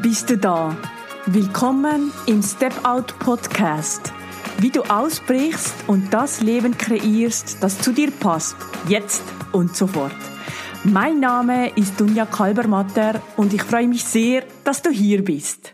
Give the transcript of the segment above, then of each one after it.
bist du da. Willkommen im Step Out Podcast. Wie du ausbrichst und das Leben kreierst, das zu dir passt, jetzt und sofort. Mein Name ist Dunja Kalbermatter und ich freue mich sehr, dass du hier bist.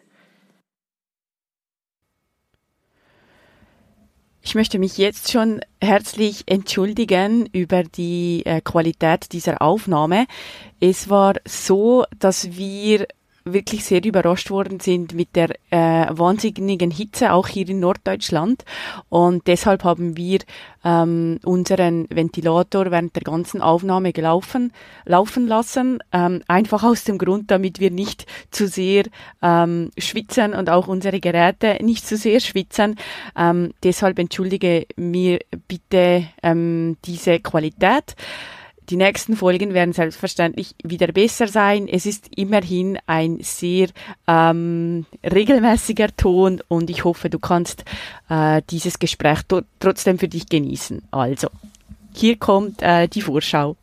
Ich möchte mich jetzt schon herzlich entschuldigen über die Qualität dieser Aufnahme. Es war so, dass wir wirklich sehr überrascht worden sind mit der wahnsinnigen Hitze, auch hier in Norddeutschland. Und deshalb haben wir unseren Ventilator während der ganzen Aufnahme laufen lassen. Einfach aus dem Grund, damit wir nicht zu sehr schwitzen und auch unsere Geräte nicht zu sehr schwitzen. Deshalb entschuldige mir bitte diese Qualität. Die nächsten Folgen werden selbstverständlich wieder besser sein. Es ist immerhin ein sehr regelmäßiger Ton und ich hoffe, du kannst dieses Gespräch trotzdem für dich genießen. Also, hier kommt die Vorschau.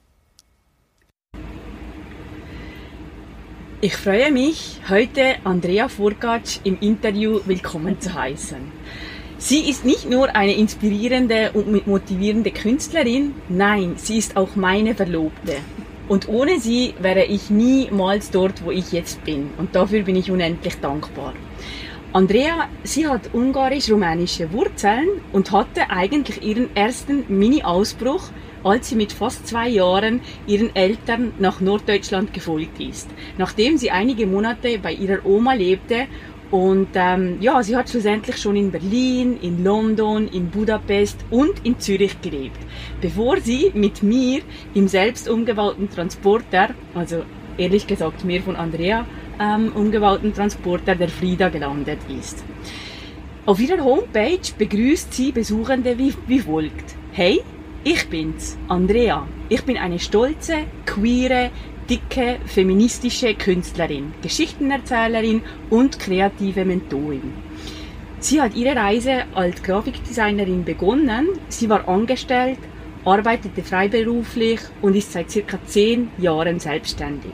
Ich freue mich, heute Andrea Forgatsch im Interview willkommen zu heißen. Sie ist nicht nur eine inspirierende und motivierende Künstlerin, nein, sie ist auch meine Verlobte. Und ohne sie wäre ich niemals dort, wo ich jetzt bin. Und dafür bin ich unendlich dankbar. Andrea, sie hat ungarisch-rumänische Wurzeln und hatte eigentlich ihren ersten Mini-Ausbruch, als sie mit fast 2 Jahren ihren Eltern nach Norddeutschland gefolgt ist, nachdem sie einige Monate bei ihrer Oma lebte. Und sie hat schlussendlich schon in Berlin, in London, in Budapest und in Zürich gelebt, bevor sie mit mir im selbst umgebauten Transporter, also ehrlich gesagt mir von Andrea umgebauten Transporter der Frida gelandet ist. Auf ihrer Homepage begrüßt sie Besuchende wie folgt: Hey, ich bin's, Andrea. Ich bin eine stolze, queere, dicke, feministische Künstlerin, Geschichtenerzählerin und kreative Mentorin. Sie hat ihre Reise als Grafikdesignerin begonnen, sie war angestellt, arbeitete freiberuflich und ist seit ca. 10 Jahren selbstständig.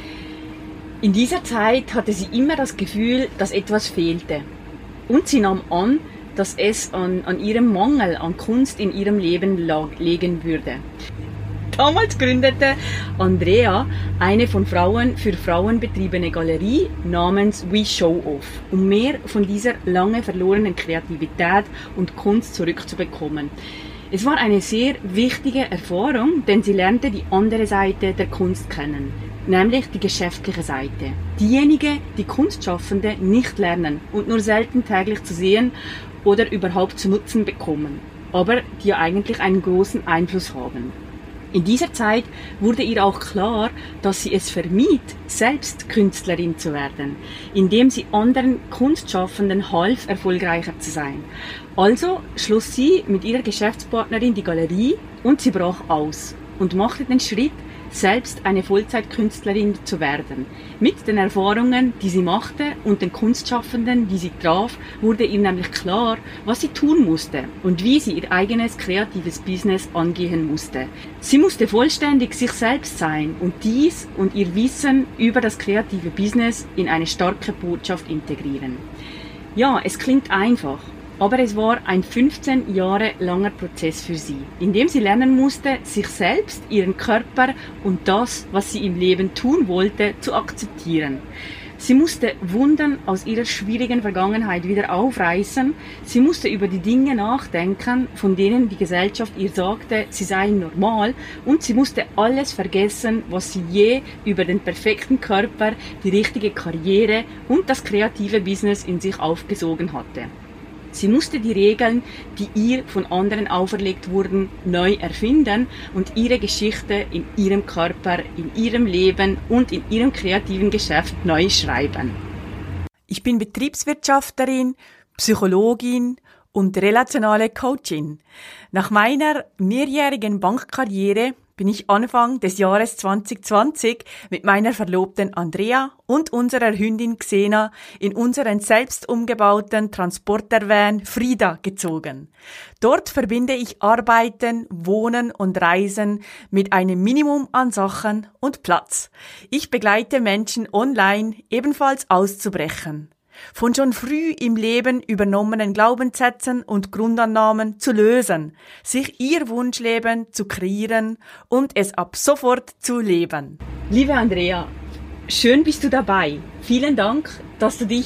In dieser Zeit hatte sie immer das Gefühl, dass etwas fehlte. Und sie nahm an, dass es an ihrem Mangel an Kunst in ihrem Leben liegen würde. Damals gründete Andrea eine von Frauen für Frauen betriebene Galerie namens We Show Off, um mehr von dieser lange verlorenen Kreativität und Kunst zurückzubekommen. Es war eine sehr wichtige Erfahrung, denn sie lernte die andere Seite der Kunst kennen, nämlich die geschäftliche Seite. Diejenige, die Kunstschaffende nicht lernen und nur selten täglich zu sehen oder überhaupt zu nutzen bekommen, aber die eigentlich einen großen Einfluss haben. In dieser Zeit wurde ihr auch klar, dass sie es vermied, selbst Künstlerin zu werden, indem sie anderen Kunstschaffenden half, erfolgreicher zu sein. Also schloss sie mit ihrer Geschäftspartnerin die Galerie und sie brach aus und machte den Schritt, selbst eine Vollzeitkünstlerin zu werden. Mit den Erfahrungen, die sie machte und den Kunstschaffenden, die sie traf, wurde ihr nämlich klar, was sie tun musste und wie sie ihr eigenes kreatives Business angehen musste. Sie musste vollständig sich selbst sein und dies und ihr Wissen über das kreative Business in eine starke Botschaft integrieren. Ja, es klingt einfach. Aber es war ein 15 Jahre langer Prozess für sie, in dem sie lernen musste, sich selbst, ihren Körper und das, was sie im Leben tun wollte, zu akzeptieren. Sie musste Wunden aus ihrer schwierigen Vergangenheit wieder aufreißen. Sie musste über die Dinge nachdenken, von denen die Gesellschaft ihr sagte, sie seien normal. Und sie musste alles vergessen, was sie je über den perfekten Körper, die richtige Karriere und das kreative Business in sich aufgesogen hatte. Sie musste die Regeln, die ihr von anderen auferlegt wurden, neu erfinden und ihre Geschichte in ihrem Körper, in ihrem Leben und in ihrem kreativen Geschäft neu schreiben. Ich bin Betriebswirtschafterin, Psychologin und relationale Coachin. Nach meiner mehrjährigen Bankkarriere bin ich Anfang des Jahres 2020 mit meiner Verlobten Andrea und unserer Hündin Xena in unseren selbst umgebauten Transportervan Frida gezogen. Dort verbinde ich Arbeiten, Wohnen und Reisen mit einem Minimum an Sachen und Platz. Ich begleite Menschen online ebenfalls auszubrechen. Von schon früh im Leben übernommenen Glaubenssätzen und Grundannahmen zu lösen, sich ihr Wunschleben zu kreieren und es ab sofort zu leben. Liebe Andrea, schön bist du dabei. Vielen Dank, dass du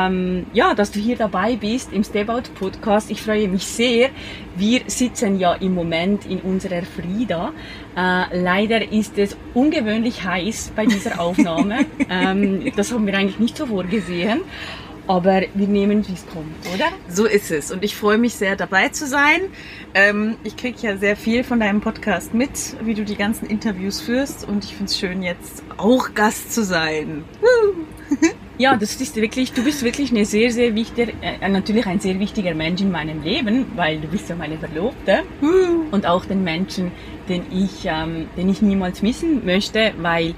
dass du hier dabei bist im Step Out Podcast. Ich freue mich sehr. Wir sitzen ja im Moment in unserer Frida. Leider ist es ungewöhnlich heiß bei dieser Aufnahme. Das haben wir eigentlich nicht so vorgesehen. Aber wir nehmen, wie es kommt, oder? So ist es. Und ich freue mich sehr, dabei zu sein. Ich kriege ja sehr viel von deinem Podcast mit, wie du die ganzen Interviews führst. Und ich finde es schön, jetzt auch Gast zu sein. Ja, du bist wirklich eine sehr, sehr wichtige, natürlich ein sehr wichtiger Mensch in meinem Leben, weil du bist ja meine Verlobte und auch den Menschen, den ich niemals missen möchte, weil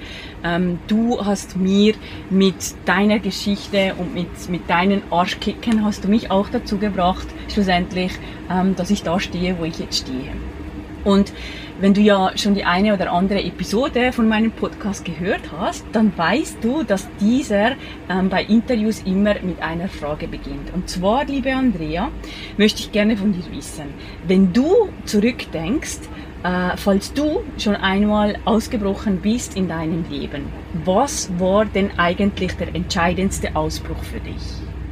du hast mir mit deiner Geschichte und mit deinen Arschkicken hast du mich auch dazu gebracht, schlussendlich, dass ich da stehe, wo ich jetzt stehe. Und wenn du ja schon die eine oder andere Episode von meinem Podcast gehört hast, dann weißt du, dass dieser bei Interviews immer mit einer Frage beginnt. Und zwar, liebe Andrea, möchte ich gerne von dir wissen, wenn du zurückdenkst, falls du schon einmal ausgebrochen bist in deinem Leben, was war denn eigentlich der entscheidendste Ausbruch für dich?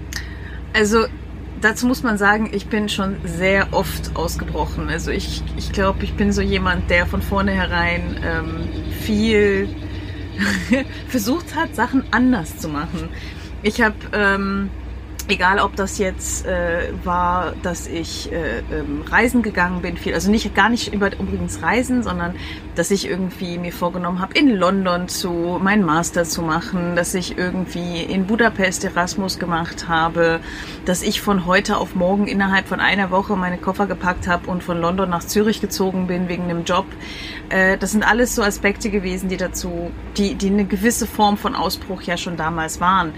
Also, dazu muss man sagen, ich bin schon sehr oft ausgebrochen. Also ich glaube, ich bin so jemand, der von vornherein viel versucht hat, Sachen anders zu machen. Ich habe, egal ob das jetzt war, dass ich reisen gegangen bin, viel, also gar nicht übrigens reisen, sondern dass ich irgendwie mir vorgenommen habe, in London meinen Master zu machen, dass ich irgendwie in Budapest Erasmus gemacht habe, dass ich von heute auf morgen innerhalb von einer Woche meine Koffer gepackt habe und von London nach Zürich gezogen bin wegen einem Job. Das sind alles so Aspekte gewesen, die eine gewisse Form von Ausbruch ja schon damals waren.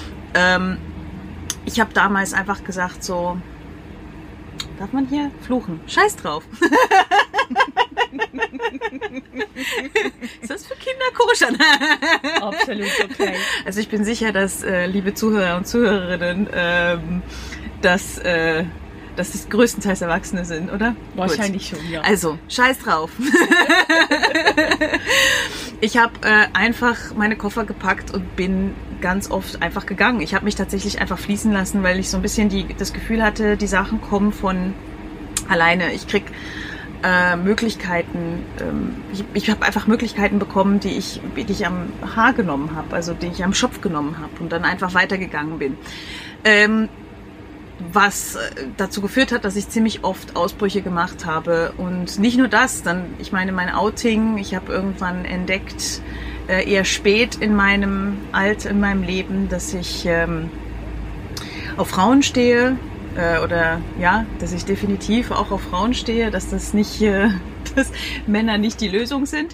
Ich habe damals einfach gesagt so, darf man hier fluchen? Scheiß drauf. Ist das für Kinder koscher? Absolut okay. Also ich bin sicher, dass liebe Zuhörer und Zuhörerinnen, dass das größtenteils Erwachsene sind, oder? Wahrscheinlich schon, ja. Also, scheiß drauf. Ich habe einfach meine Koffer gepackt und bin ganz oft einfach gegangen. Ich habe mich tatsächlich einfach fließen lassen, weil ich so ein bisschen das Gefühl hatte, die Sachen kommen von alleine. Ich krieg Möglichkeiten, ich habe einfach Möglichkeiten bekommen, die ich am Haar genommen habe, also die ich am Schopf genommen habe und dann einfach weitergegangen bin. Was dazu geführt hat, dass ich ziemlich oft Ausbrüche gemacht habe. Und nicht nur das, ich meine, mein Outing, ich habe irgendwann entdeckt, eher spät in meinem Leben, dass ich auf Frauen stehe, dass ich definitiv auch auf Frauen stehe, dass dass Männer nicht die Lösung sind.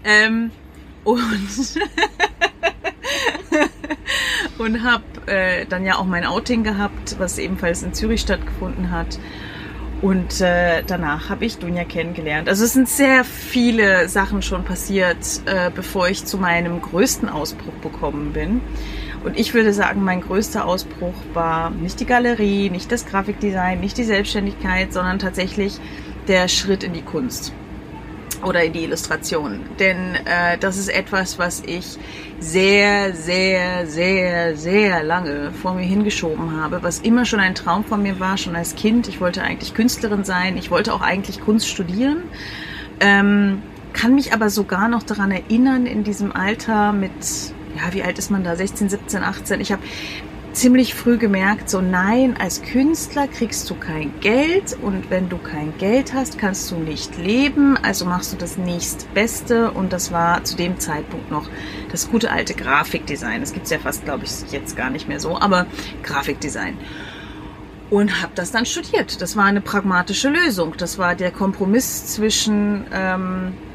Und habe dann ja auch mein Outing gehabt, was ebenfalls in Zürich stattgefunden hat. Und danach habe ich Dunja kennengelernt. Also es sind sehr viele Sachen schon passiert, bevor ich zu meinem größten Ausbruch gekommen bin. Und ich würde sagen, mein größter Ausbruch war nicht die Galerie, nicht das Grafikdesign, nicht die Selbstständigkeit, sondern tatsächlich der Schritt in die Kunst oder in die Illustration. Denn das ist etwas, was ich sehr, sehr, sehr, sehr lange vor mir hingeschoben habe, was immer schon ein Traum von mir war, schon als Kind. Ich wollte eigentlich Künstlerin sein, ich wollte auch eigentlich Kunst studieren, kann mich aber sogar noch daran erinnern, in diesem Alter mit, ja, wie alt ist man da, 16, 17, 18, ich habe ziemlich früh gemerkt, so nein, als Künstler kriegst du kein Geld und wenn du kein Geld hast, kannst du nicht leben, also machst du das nächstbeste und das war zu dem Zeitpunkt noch das gute alte Grafikdesign. Das gibt es ja fast, glaube ich, jetzt gar nicht mehr so, aber Grafikdesign. Und habe das dann studiert. Das war eine pragmatische Lösung. Das war der Kompromiss zwischen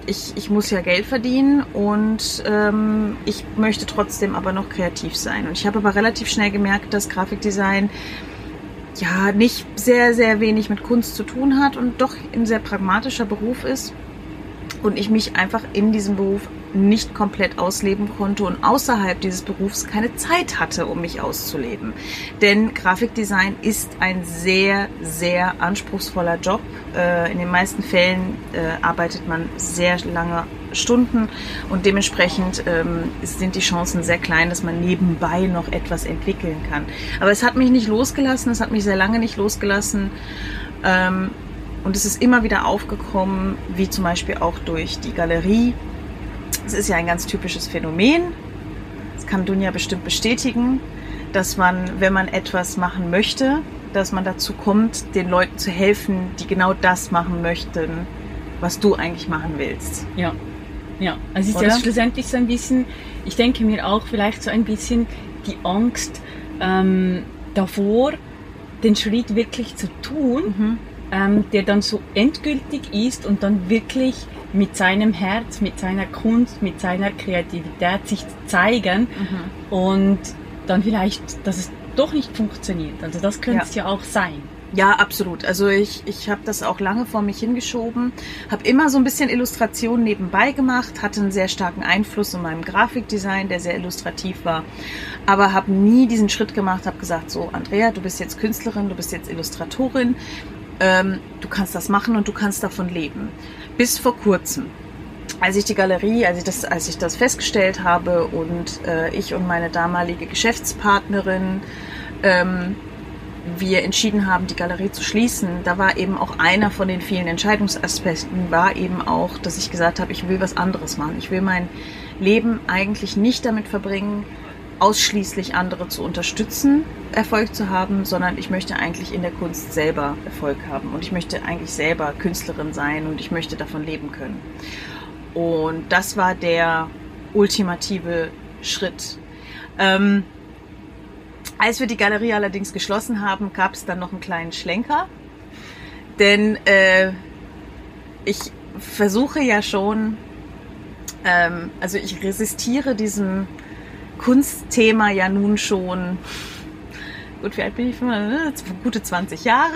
ich muss ja Geld verdienen und ich möchte trotzdem aber noch kreativ sein. Und ich habe aber relativ schnell gemerkt, dass Grafikdesign ja nicht sehr, sehr wenig mit Kunst zu tun hat und doch ein sehr pragmatischer Beruf ist. Und ich mich einfach in diesem Beruf nicht komplett ausleben konnte und außerhalb dieses Berufs keine Zeit hatte, um mich auszuleben. Denn Grafikdesign ist ein sehr, sehr anspruchsvoller Job. In den meisten Fällen arbeitet man sehr lange Stunden und dementsprechend sind die Chancen sehr klein, dass man nebenbei noch etwas entwickeln kann. Aber es hat mich nicht losgelassen, es hat mich sehr lange nicht losgelassen. Und es ist immer wieder aufgekommen, wie zum Beispiel auch durch die Galerie. Es ist ja ein ganz typisches Phänomen. Das kann Dunja bestimmt bestätigen, dass man, wenn man etwas machen möchte, dass man dazu kommt, den Leuten zu helfen, die genau das machen möchten, was du eigentlich machen willst. Ja. Also es ist ja schlussendlich so ein bisschen, ich denke mir auch vielleicht so ein bisschen die Angst davor, den Schritt wirklich zu tun, der dann so endgültig ist und dann wirklich mit seinem Herz, mit seiner Kunst, mit seiner Kreativität sich zeigen und dann vielleicht, dass es doch nicht funktioniert. Also das könnte es ja auch sein. Ja, absolut. Also ich habe das auch lange vor mich hingeschoben, habe immer so ein bisschen Illustration nebenbei gemacht, hatte einen sehr starken Einfluss in meinem Grafikdesign, der sehr illustrativ war, aber habe nie diesen Schritt gemacht, habe gesagt, so Andrea, du bist jetzt Künstlerin, du bist jetzt Illustratorin, du kannst das machen und du kannst davon leben. Bis vor kurzem, als ich das festgestellt habe und ich und meine damalige Geschäftspartnerin wir entschieden haben, die Galerie zu schließen, da war eben auch einer von den vielen Entscheidungsaspekten, war eben auch, dass ich gesagt habe, ich will was anderes machen. Ich will mein Leben eigentlich nicht damit verbringen, ausschließlich andere zu unterstützen, Erfolg zu haben, sondern ich möchte eigentlich in der Kunst selber Erfolg haben und ich möchte eigentlich selber Künstlerin sein und ich möchte davon leben können. Und das war der ultimative Schritt. Als wir die Galerie allerdings geschlossen haben, gab es dann noch einen kleinen Schlenker, denn ich versuche ja schon, also ich resistiere diesem Kunstthema ja nun schon, gut, wie alt bin ich? Gute 20 Jahre.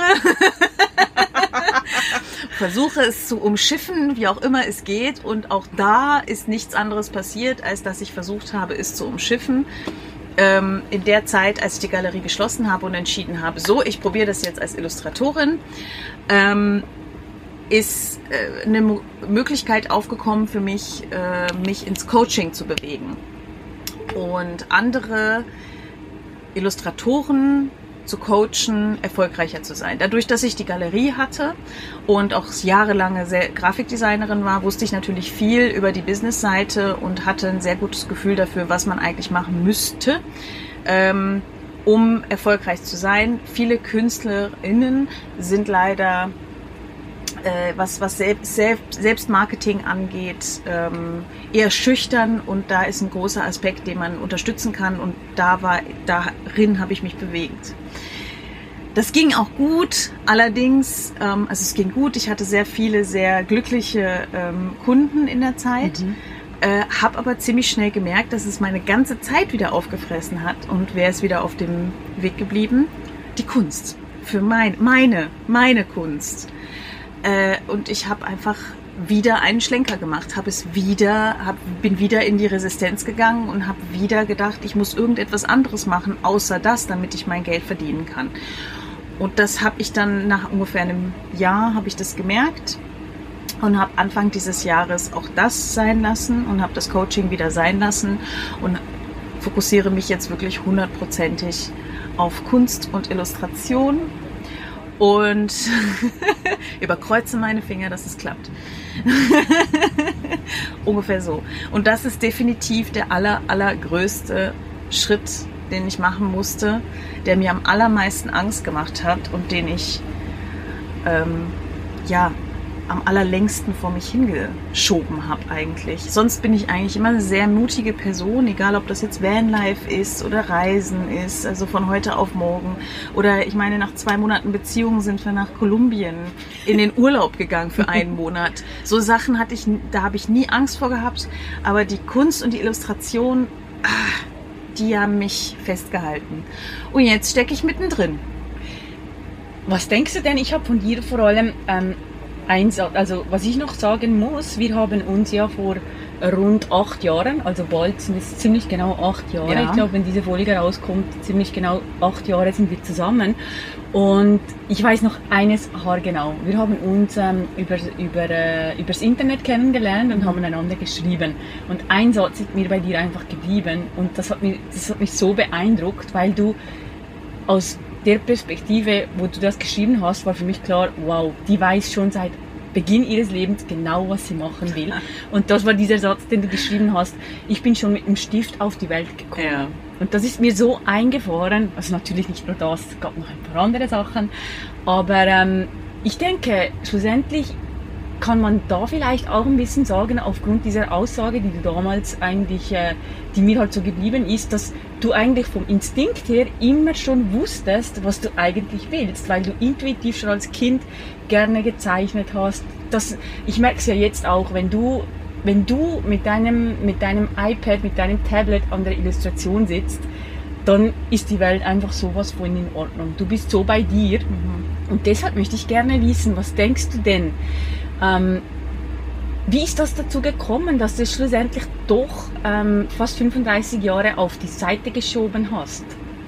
Versuche es zu umschiffen, wie auch immer es geht. Und auch da ist nichts anderes passiert, als dass ich versucht habe, es zu umschiffen. In der Zeit, als ich die Galerie geschlossen habe und entschieden habe, so, ich probiere das jetzt als Illustratorin, ist eine Möglichkeit aufgekommen für mich, mich ins Coaching zu bewegen und andere Illustratoren zu coachen, erfolgreicher zu sein. Dadurch, dass ich die Galerie hatte und auch jahrelange Grafikdesignerin war, wusste ich natürlich viel über die Businessseite und hatte ein sehr gutes Gefühl dafür, was man eigentlich machen müsste, um erfolgreich zu sein. Viele KünstlerInnen sind leider, was Selbstmarketing angeht, eher schüchtern und da ist ein großer Aspekt, den man unterstützen kann und darin habe ich mich bewegt. Das ging auch gut, allerdings, also es ging gut, ich hatte sehr viele, sehr glückliche Kunden in der Zeit, habe aber ziemlich schnell gemerkt, dass es meine ganze Zeit wieder aufgefressen hat und wer ist wieder auf dem Weg geblieben? Die Kunst, für meine Kunst. Und ich habe einfach wieder einen Schlenker gemacht, bin wieder in die Resistenz gegangen und habe wieder gedacht, ich muss irgendetwas anderes machen, außer das, damit ich mein Geld verdienen kann. Und das habe ich dann nach ungefähr einem Jahr habe ich das gemerkt und habe Anfang dieses Jahres auch das sein lassen und habe das Coaching wieder sein lassen und fokussiere mich jetzt wirklich 100%ig auf Kunst und Illustration. Und überkreuze meine Finger, dass es klappt. Ungefähr so. Und das ist definitiv der allergrößte Schritt, den ich machen musste, der mir am allermeisten Angst gemacht hat und den ich am allerlängsten vor mich hingeschoben habe eigentlich. Sonst bin ich eigentlich immer eine sehr mutige Person, egal ob das jetzt Vanlife ist oder Reisen ist, also von heute auf morgen. Oder ich meine, nach 2 Monaten Beziehung sind wir nach Kolumbien in den Urlaub gegangen für einen Monat. So Sachen da habe ich nie Angst vor gehabt, aber die Kunst und die Illustration, die haben mich festgehalten. Und jetzt stecke ich mittendrin. Was denkst du denn? Ich habe von dir vor allem also was ich noch sagen muss, wir haben uns ja vor rund 8 Jahren, also bald sind es ziemlich genau 8 Jahre, ja. Ich glaube, wenn diese Folge rauskommt, ziemlich genau 8 Jahre sind wir zusammen. Und ich weiß noch eines haargenau. Wir haben uns übers Internet kennengelernt und haben einander geschrieben. Und ein Satz ist mir bei dir einfach geblieben und das hat mich so beeindruckt, weil du aus der Perspektive, wo du das geschrieben hast, war für mich klar, wow, die weiß schon seit Beginn ihres Lebens genau, was sie machen will. Und das war dieser Satz, den du geschrieben hast. Ich bin schon mit dem Stift auf die Welt gekommen. Ja. Und das ist mir so eingefahren. Also natürlich nicht nur das, es gab noch ein paar andere Sachen. Aber ich denke, schlussendlich kann man da vielleicht auch ein bisschen sagen, aufgrund dieser Aussage, die du damals eigentlich, die mir halt so geblieben ist, dass du eigentlich vom Instinkt her immer schon wusstest, was du eigentlich willst, weil du intuitiv schon als Kind gerne gezeichnet hast. Ich merke es ja jetzt auch, wenn du mit deinem iPad, mit deinem Tablet an der Illustration sitzt, dann ist die Welt einfach sowas von in Ordnung. Du bist so bei dir. Und deshalb möchte ich gerne wissen, was denkst du denn? Wie ist das dazu gekommen, dass du es schlussendlich doch fast 35 Jahre auf die Seite geschoben hast?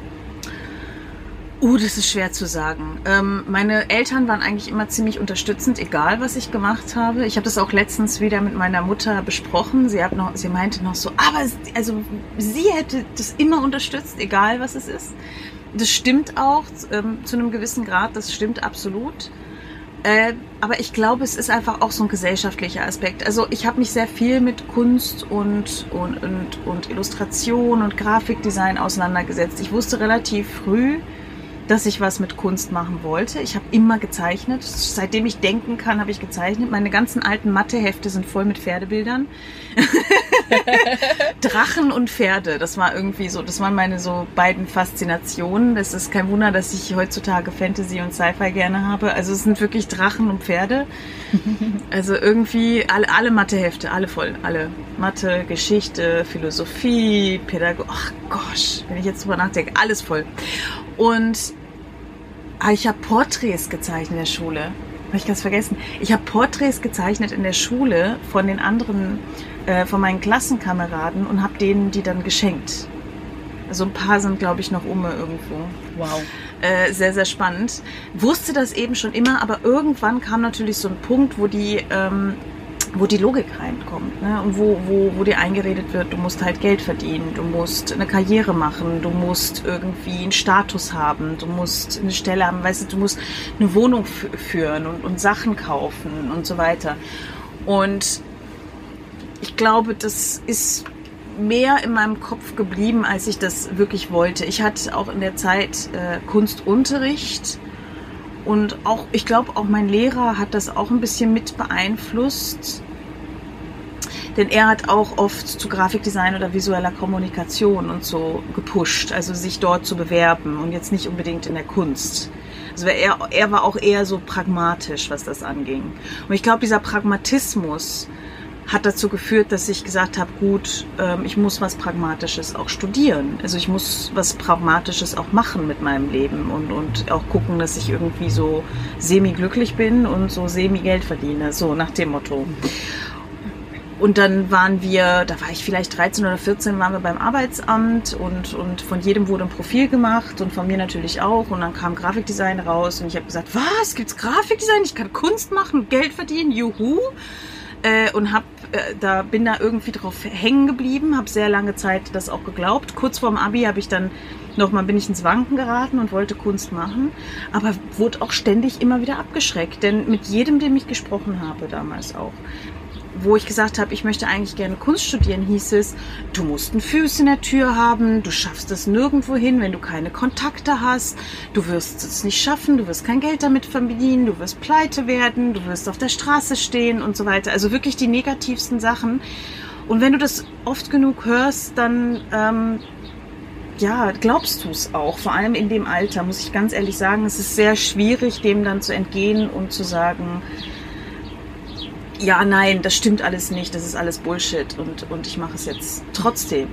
Das ist schwer zu sagen. Meine Eltern waren eigentlich immer ziemlich unterstützend, egal was ich gemacht habe. Ich habe das auch letztens wieder mit meiner Mutter besprochen. Sie meinte noch so, aber sie hätte das immer unterstützt, egal was es ist. Das stimmt auch zu einem gewissen Grad, das stimmt absolut. Aber ich glaube, es ist einfach auch so ein gesellschaftlicher Aspekt. Also ich habe mich sehr viel mit Kunst und Illustration und Grafikdesign auseinandergesetzt. Ich wusste relativ früh, dass ich was mit Kunst machen wollte. Ich habe immer gezeichnet. Seitdem ich denken kann, habe ich gezeichnet. Meine ganzen alten Mathehefte sind voll mit Pferdebildern. Drachen und Pferde, das war irgendwie so, das waren meine so beiden Faszinationen. Das ist kein Wunder, dass ich heutzutage Fantasy und Sci-Fi gerne habe. Also es sind wirklich Drachen und Pferde. Also irgendwie alle Mathehefte, alle voll. Alle. Mathe, Geschichte, Philosophie, Pädagogik. Ach gosh, wenn ich jetzt drüber nachdenke, alles voll. Und ich habe Porträts gezeichnet in der Schule. Habe ich ganz vergessen. Ich habe Porträts gezeichnet in der Schule von den anderen, von meinen Klassenkameraden und habe denen die dann geschenkt. Also ein paar sind, glaube ich, noch irgendwo. Wow. Sehr, sehr spannend. Wusste das eben schon immer, aber irgendwann kam natürlich so ein Punkt, wo die Logik reinkommt, ne? Und wo dir eingeredet wird, du musst halt Geld verdienen, du musst eine Karriere machen, du musst irgendwie einen Status haben, du musst eine Stelle haben, weißt du, du musst eine Wohnung führen und Sachen kaufen und so weiter. Und ich glaube, das ist mehr in meinem Kopf geblieben, als ich das wirklich wollte. Ich hatte auch in der Zeit Kunstunterricht. Und auch, ich glaube, auch mein Lehrer hat das auch ein bisschen mit beeinflusst. Denn er hat auch oft zu Grafikdesign oder visueller Kommunikation und so gepusht, also sich dort zu bewerben und jetzt nicht unbedingt in der Kunst. Also er war auch eher so pragmatisch, was das anging. Und ich glaube, dieser Pragmatismus hat dazu geführt, dass ich gesagt habe, gut, ich muss was Pragmatisches auch studieren. Also ich muss was Pragmatisches auch machen mit meinem Leben und auch gucken, dass ich irgendwie so semi-glücklich bin und so semi-Geld verdiene, so nach dem Motto. Und dann da war ich vielleicht 13 oder 14, waren wir beim Arbeitsamt und von jedem wurde ein Profil gemacht und von mir natürlich auch. Und dann kam Grafikdesign raus und ich habe gesagt, was, gibt's Grafikdesign? Ich kann Kunst machen, Geld verdienen, juhu! Und bin da irgendwie drauf hängen geblieben, habe sehr lange Zeit das auch geglaubt. Kurz vorm Abi bin ich ins Wanken geraten und wollte Kunst machen, aber wurde auch ständig immer wieder abgeschreckt, denn mit jedem, dem ich gesprochen habe damals auch, wo ich gesagt habe, ich möchte eigentlich gerne Kunst studieren, hieß es, du musst einen Fuß in der Tür haben, du schaffst es nirgendwo hin, wenn du keine Kontakte hast, du wirst es nicht schaffen, du wirst kein Geld damit verdienen, du wirst pleite werden, du wirst auf der Straße stehen und so weiter. Also wirklich die negativsten Sachen. Und wenn du das oft genug hörst, dann glaubst du es auch. Vor allem in dem Alter, muss ich ganz ehrlich sagen, es ist sehr schwierig, dem dann zu entgehen und zu sagen, ja, nein, das stimmt alles nicht, das ist alles Bullshit und ich mache es jetzt trotzdem.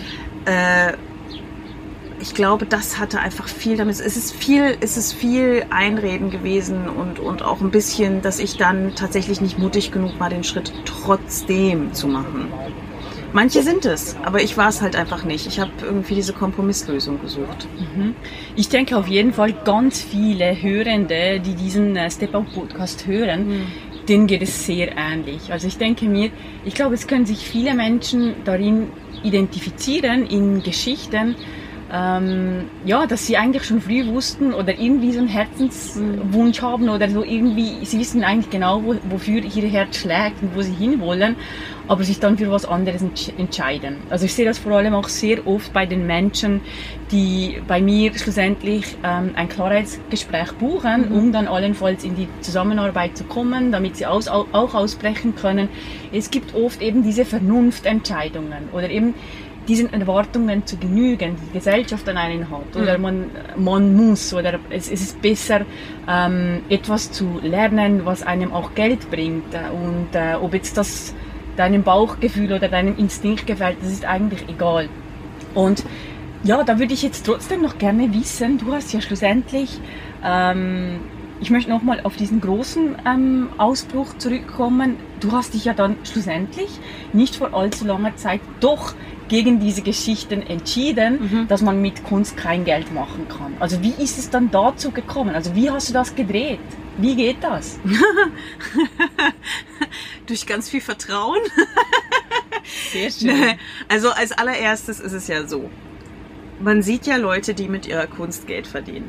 Ich glaube, das hatte einfach viel damit. Es ist viel Einreden gewesen und auch ein bisschen, dass ich dann tatsächlich nicht mutig genug war, den Schritt trotzdem zu machen. Manche sind es, aber ich war es halt einfach nicht. Ich habe irgendwie diese Kompromisslösung gesucht. Ich denke auf jeden Fall ganz viele Hörende, die diesen Step-Out-Podcast hören, denen geht es sehr ähnlich. Also ich denke mir, ich glaube, es können sich viele Menschen darin identifizieren, in Geschichten, dass sie eigentlich schon früh wussten oder irgendwie so einen Herzenswunsch haben oder so irgendwie, sie wissen eigentlich genau, wofür ihr Herz schlägt und wo sie hinwollen, aber sich dann für was anderes entscheiden. Also ich sehe das vor allem auch sehr oft bei den Menschen, die bei mir schlussendlich ein Klarheitsgespräch buchen, um dann allenfalls in die Zusammenarbeit zu kommen, damit sie auch ausbrechen können. Es gibt oft eben diese Vernunftentscheidungen oder eben diesen Erwartungen zu genügen, die Gesellschaft an einen hat. Oder man muss, oder es ist besser, etwas zu lernen, was einem auch Geld bringt. Und ob jetzt das deinem Bauchgefühl oder deinem Instinkt gefällt, das ist eigentlich egal. Und ja, da würde ich jetzt trotzdem noch gerne wissen, du hast ja schlussendlich, ich möchte nochmal auf diesen großen Ausbruch zurückkommen, du hast dich ja dann schlussendlich nicht vor allzu langer Zeit doch gegen diese Geschichten entschieden, dass man mit Kunst kein Geld machen kann. Also wie ist es dann dazu gekommen? Also wie hast du das gedreht? Wie geht das? Durch ganz viel Vertrauen. Sehr schön. Also als allererstes ist es ja so, man sieht ja Leute, die mit ihrer Kunst Geld verdienen.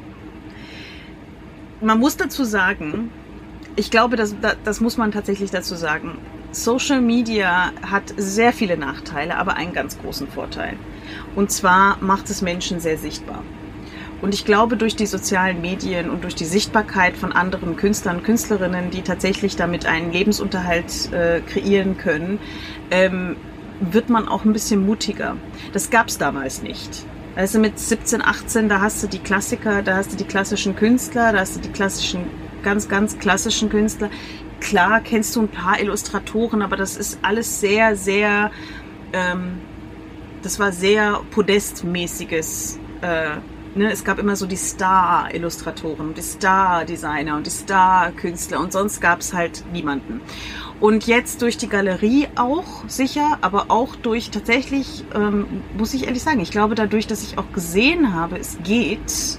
Man muss dazu sagen, ich glaube, das muss man tatsächlich dazu sagen, Social Media hat sehr viele Nachteile, aber einen ganz großen Vorteil. Und zwar macht es Menschen sehr sichtbar. Und ich glaube, durch die sozialen Medien und durch die Sichtbarkeit von anderen Künstlern und Künstlerinnen, die tatsächlich damit einen Lebensunterhalt kreieren können, wird man auch ein bisschen mutiger. Das gab es damals nicht. Also mit 17, 18, da hast du die Klassiker, da hast du die klassischen Künstler, da hast du die klassischen, ganz, ganz klassischen Künstler. Klar kennst du ein paar Illustratoren, aber das ist alles sehr, sehr, das war sehr podestmäßiges. Es gab immer so die Star-Illustratoren, die Star-Designer und die Star-Künstler und sonst gab es halt niemanden. Und jetzt durch die Galerie auch sicher, aber auch durch tatsächlich, muss ich ehrlich sagen, ich glaube dadurch, dass ich auch gesehen habe, es geht,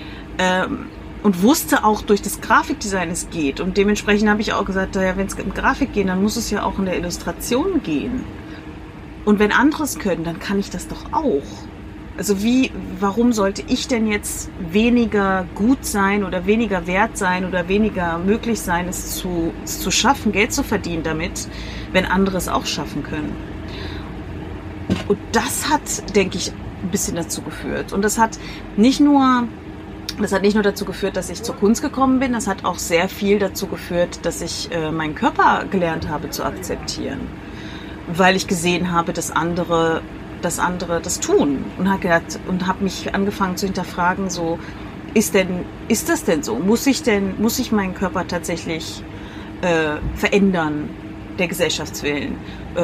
und wusste auch durch das Grafikdesign, es geht. Und dementsprechend habe ich auch gesagt, ja, wenn es in Grafik geht, dann muss es ja auch in der Illustration gehen. Und wenn andere es können, dann kann ich das doch auch. Also warum sollte ich denn jetzt weniger gut sein oder weniger wert sein oder weniger möglich sein, es zu schaffen, Geld zu verdienen damit, wenn andere es auch schaffen können? Und das hat, denke ich, ein bisschen dazu geführt. Und das hat nicht nur dazu geführt, dass ich zur Kunst gekommen bin, das hat auch sehr viel dazu geführt, dass ich meinen Körper gelernt habe zu akzeptieren. Weil ich gesehen habe, dass andere das tun. Und habe mich angefangen zu hinterfragen, so, ist das denn so? Muss ich meinen Körper tatsächlich verändern, der Gesellschaftswillen?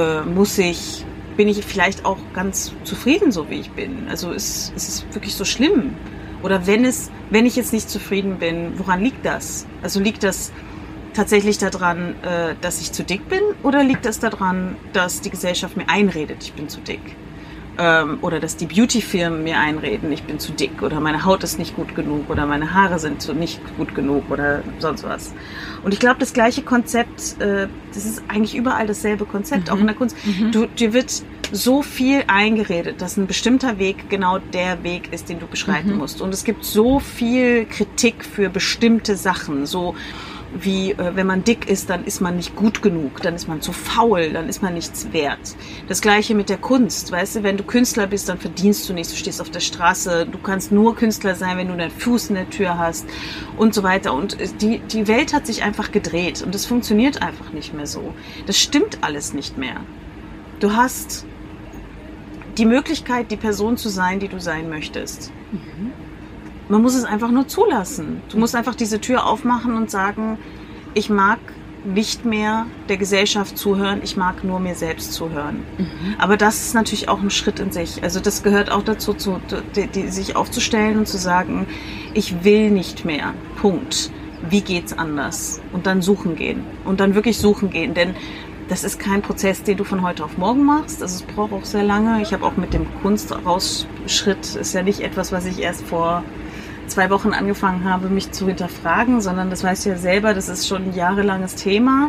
Bin ich vielleicht auch ganz zufrieden, so wie ich bin? Also ist es wirklich so schlimm? Oder wenn ich jetzt nicht zufrieden bin, woran liegt das? Also liegt das tatsächlich daran, dass ich zu dick bin? Oder liegt das daran, dass die Gesellschaft mir einredet, ich bin zu dick? Oder dass die Beauty-Firmen mir einreden, ich bin zu dick oder meine Haut ist nicht gut genug oder meine Haare sind nicht gut genug oder sonst was. Und ich glaube, das gleiche Konzept, das ist eigentlich überall dasselbe Konzept, auch in der Kunst. Dir wird so viel eingeredet, dass ein bestimmter Weg genau der Weg ist, den du beschreiten musst. Und es gibt so viel Kritik für bestimmte Sachen, so wie wenn man dick ist, dann ist man nicht gut genug, dann ist man zu faul, dann ist man nichts wert. Das Gleiche mit der Kunst, weißt du, wenn du Künstler bist, dann verdienst du nichts, du stehst auf der Straße, du kannst nur Künstler sein, wenn du deinen Fuß in der Tür hast und so weiter. Und die Welt hat sich einfach gedreht und es funktioniert einfach nicht mehr so. Das stimmt alles nicht mehr. Du hast die Möglichkeit, die Person zu sein, die du sein möchtest. Man muss es einfach nur zulassen. Du musst einfach diese Tür aufmachen und sagen, ich mag nicht mehr der Gesellschaft zuhören, ich mag nur mir selbst zuhören. Aber das ist natürlich auch ein Schritt in sich. Also das gehört auch dazu, sich aufzustellen und zu sagen, ich will nicht mehr. Punkt. Wie geht's anders? Und dann suchen gehen. Und dann wirklich suchen gehen. Denn das ist kein Prozess, den du von heute auf morgen machst. Also es braucht auch sehr lange. Ich habe auch mit dem Kunstrausschritt, ist ja nicht etwas, was ich erst vor 2 Wochen angefangen habe, mich zu hinterfragen, sondern das weißt du ja selber, das ist schon ein jahrelanges Thema.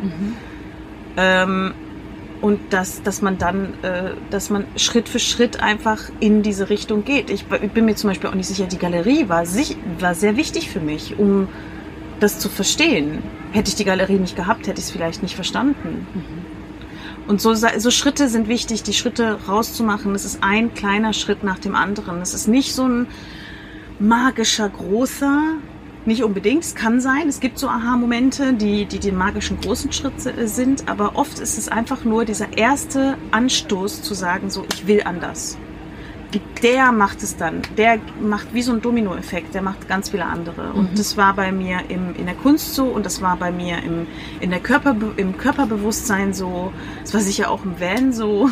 Und dass man Schritt für Schritt einfach in diese Richtung geht. Ich bin mir zum Beispiel auch nicht sicher, die Galerie war sehr wichtig für mich, um das zu verstehen. Hätte ich die Galerie nicht gehabt, hätte ich es vielleicht nicht verstanden. Und so Schritte sind wichtig, die Schritte rauszumachen. Es ist ein kleiner Schritt nach dem anderen. Es ist nicht so ein magischer, großer, nicht unbedingt, es kann sein, es gibt so Aha-Momente, die den magischen großen Schritt sind, aber oft ist es einfach nur dieser erste Anstoß zu sagen, so, ich will anders. Der macht es dann, der macht wie so ein Dominoeffekt, der macht ganz viele andere. Und das war bei mir in der Kunst so und das war bei mir im Körperbewusstsein so, das war sicher auch im Van so,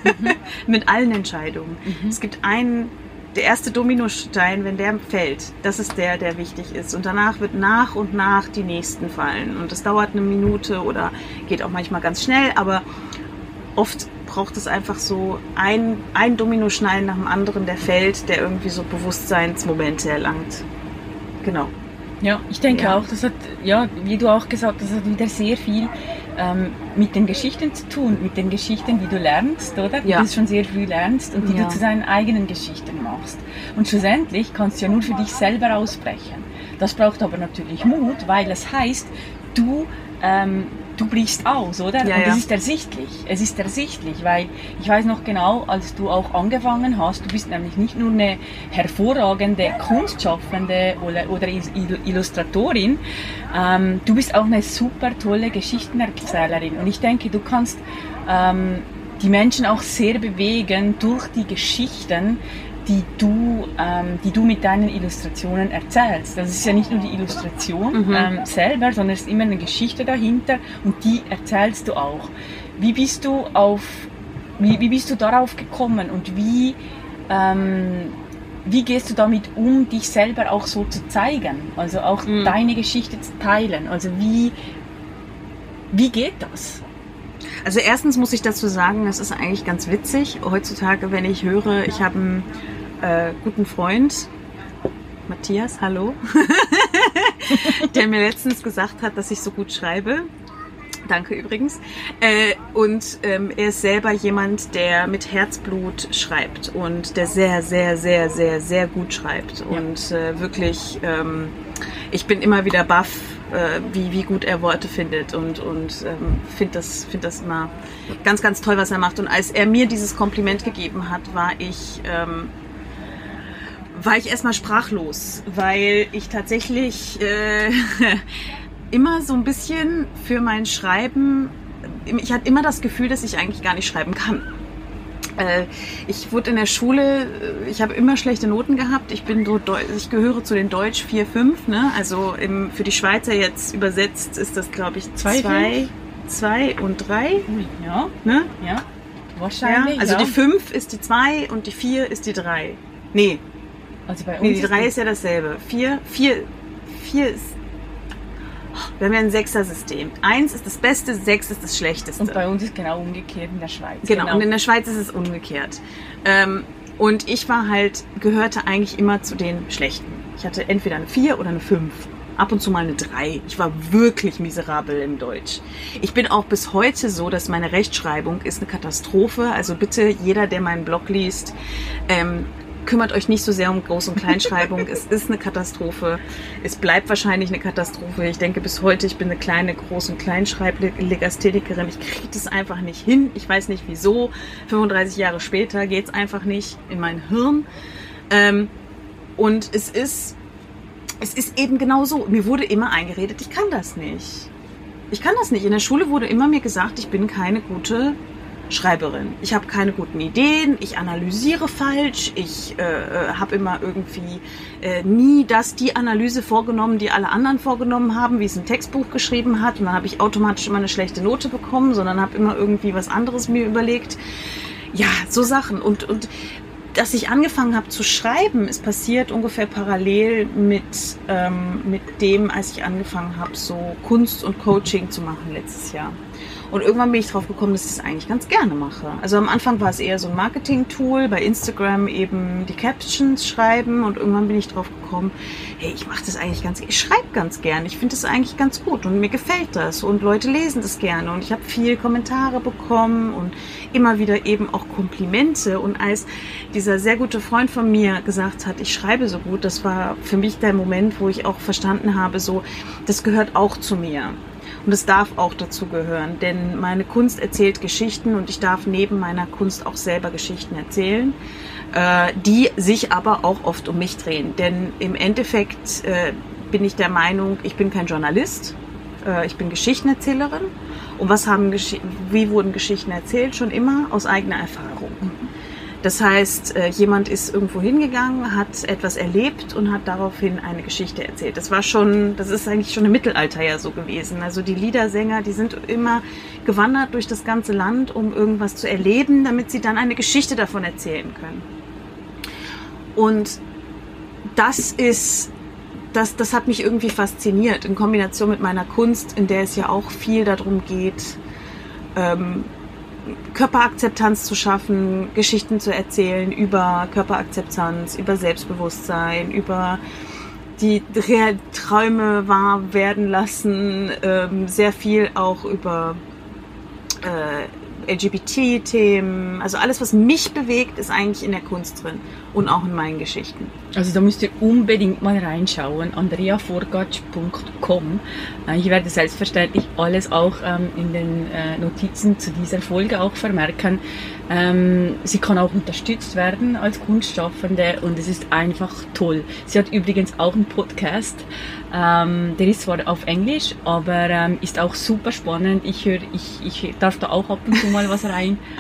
mit allen Entscheidungen. Es gibt der erste Dominostein, wenn der fällt, das ist der wichtig ist. Und danach wird nach und nach die nächsten fallen. Und das dauert eine Minute oder geht auch manchmal ganz schnell, aber oft braucht es einfach so ein Dominostein nach dem anderen, der fällt, der irgendwie so Bewusstseinsmomente erlangt. Genau. Ja, ich denke auch, das hat, ja, wie du auch gesagt hast, das hat wieder sehr viel mit den Geschichten zu tun, mit den Geschichten, die du lernst, oder? Die du schon sehr früh lernst und die du zu deinen eigenen Geschichten machst. Und schlussendlich kannst du ja nur für dich selber ausbrechen. Das braucht aber natürlich Mut, weil das heißt, du brichst aus, oder? Ja, und das ist ersichtlich. Es ist ersichtlich, weil ich weiß noch genau, als du auch angefangen hast, du bist nämlich nicht nur eine hervorragende Kunstschaffende oder Illustratorin, du bist auch eine super tolle Geschichtenerzählerin. Und ich denke, du kannst die Menschen auch sehr bewegen durch die Geschichten, die du mit deinen Illustrationen erzählst. Das ist ja nicht nur die Illustration selber, sondern es ist immer eine Geschichte dahinter und die erzählst du auch. Wie bist du darauf gekommen und wie gehst du damit um, dich selber auch so zu zeigen? Also auch deine Geschichte zu teilen. Also wie geht das? Also erstens muss ich dazu sagen, es ist eigentlich ganz witzig, heutzutage, wenn ich höre, ich habe einen guten Freund, Matthias, hallo, der mir letztens gesagt hat, dass ich so gut schreibe. Danke übrigens. Und er ist selber jemand, der mit Herzblut schreibt und der sehr, sehr, sehr, sehr, sehr gut schreibt. Und wirklich, ich bin immer wieder baff, wie gut er Worte findet und finde das immer ganz, ganz toll, was er macht. Und als er mir dieses Kompliment gegeben hat, war ich erstmal sprachlos, weil ich tatsächlich immer so ein bisschen für mein Schreiben, ich hatte immer das Gefühl, dass ich eigentlich gar nicht schreiben kann. Ich wurde in der Schule, ich habe immer schlechte Noten gehabt. Ich gehöre zu den Deutsch 4, 5, ne? Also für die Schweizer jetzt übersetzt ist das, glaube ich, 2 und 3. Ja, ne? Ja, wahrscheinlich. Ja, also die 5 ist die 2 und die 4 ist die 3. Nee. Also bei uns die 3 ist ja dasselbe. 4 ist... Wir haben ja ein 6er-System. 1 ist das Beste, 6 ist das Schlechteste. Und bei uns ist genau umgekehrt in der Schweiz. Genau, und in der Schweiz ist es umgekehrt. Und ich gehörte eigentlich immer zu den Schlechten. Ich hatte entweder eine 4 oder eine 5. Ab und zu mal eine 3. Ich war wirklich miserabel im Deutsch. Ich bin auch bis heute so, dass meine Rechtschreibung ist eine Katastrophe. Also bitte, jeder, der meinen Blog liest, kümmert euch nicht so sehr um Groß- und Kleinschreibung. Es ist eine Katastrophe. Es bleibt wahrscheinlich eine Katastrophe. Ich denke bis heute, ich bin eine kleine Groß- und Kleinschreiblegasthenikerin. Ich kriege das einfach nicht hin. Ich weiß nicht wieso. 35 Jahre später geht's einfach nicht in mein Hirn. Und es ist eben genau so. Mir wurde immer eingeredet, ich kann das nicht. Ich kann das nicht. In der Schule wurde immer mir gesagt, ich bin keine gute Schreiberin. Ich habe keine guten Ideen, ich analysiere falsch, ich habe immer irgendwie nie die Analyse vorgenommen, die alle anderen vorgenommen haben, wie es ein Textbuch geschrieben hat. Und dann habe ich automatisch immer eine schlechte Note bekommen, sondern habe immer irgendwie was anderes mir überlegt. Ja, so Sachen. Und dass ich angefangen habe zu schreiben, ist passiert ungefähr parallel mit dem, als ich angefangen habe, so Kunst und Coaching zu machen letztes Jahr. Und irgendwann bin ich drauf gekommen, dass ich das eigentlich ganz gerne mache. Also am Anfang war es eher so ein Marketing-Tool, bei Instagram eben die Captions schreiben und irgendwann bin ich drauf gekommen, hey, ich mache das eigentlich ich schreibe ganz gern, ich finde das eigentlich ganz gut und mir gefällt das und Leute lesen das gerne und ich habe viel Kommentare bekommen und immer wieder eben auch Komplimente und als dieser sehr gute Freund von mir gesagt hat, ich schreibe so gut, das war für mich der Moment, wo ich auch verstanden habe, so, das gehört auch zu mir. Und es darf auch dazu gehören, denn meine Kunst erzählt Geschichten und ich darf neben meiner Kunst auch selber Geschichten erzählen, die sich aber auch oft um mich drehen. Denn im Endeffekt bin ich der Meinung, ich bin kein Journalist, ich bin Geschichtenerzählerin. Und wie wurden Geschichten erzählt? Schon immer aus eigener Erfahrung. Das heißt, jemand ist irgendwo hingegangen, hat etwas erlebt und hat daraufhin eine Geschichte erzählt. Das ist eigentlich schon im Mittelalter ja so gewesen. Also die Liedersänger, die sind immer gewandert durch das ganze Land, um irgendwas zu erleben, damit sie dann eine Geschichte davon erzählen können. Und das hat mich irgendwie fasziniert, in Kombination mit meiner Kunst, in der es ja auch viel darum geht, Körperakzeptanz zu schaffen, Geschichten zu erzählen über Körperakzeptanz, über Selbstbewusstsein, über die Träume wahr werden lassen, sehr viel auch über LGBT-Themen. Also alles, was mich bewegt, ist eigentlich in der Kunst drin und auch in meinen Geschichten. Also da müsst ihr unbedingt mal reinschauen, andreaforgatsch.com. Ich werde selbstverständlich alles auch in den Notizen zu dieser Folge auch vermerken. Sie kann auch unterstützt werden als Kunstschaffende und es ist einfach toll. Sie hat übrigens auch einen Podcast, der ist zwar auf Englisch, aber ist auch super spannend. Ich darf da auch ab und zu mal was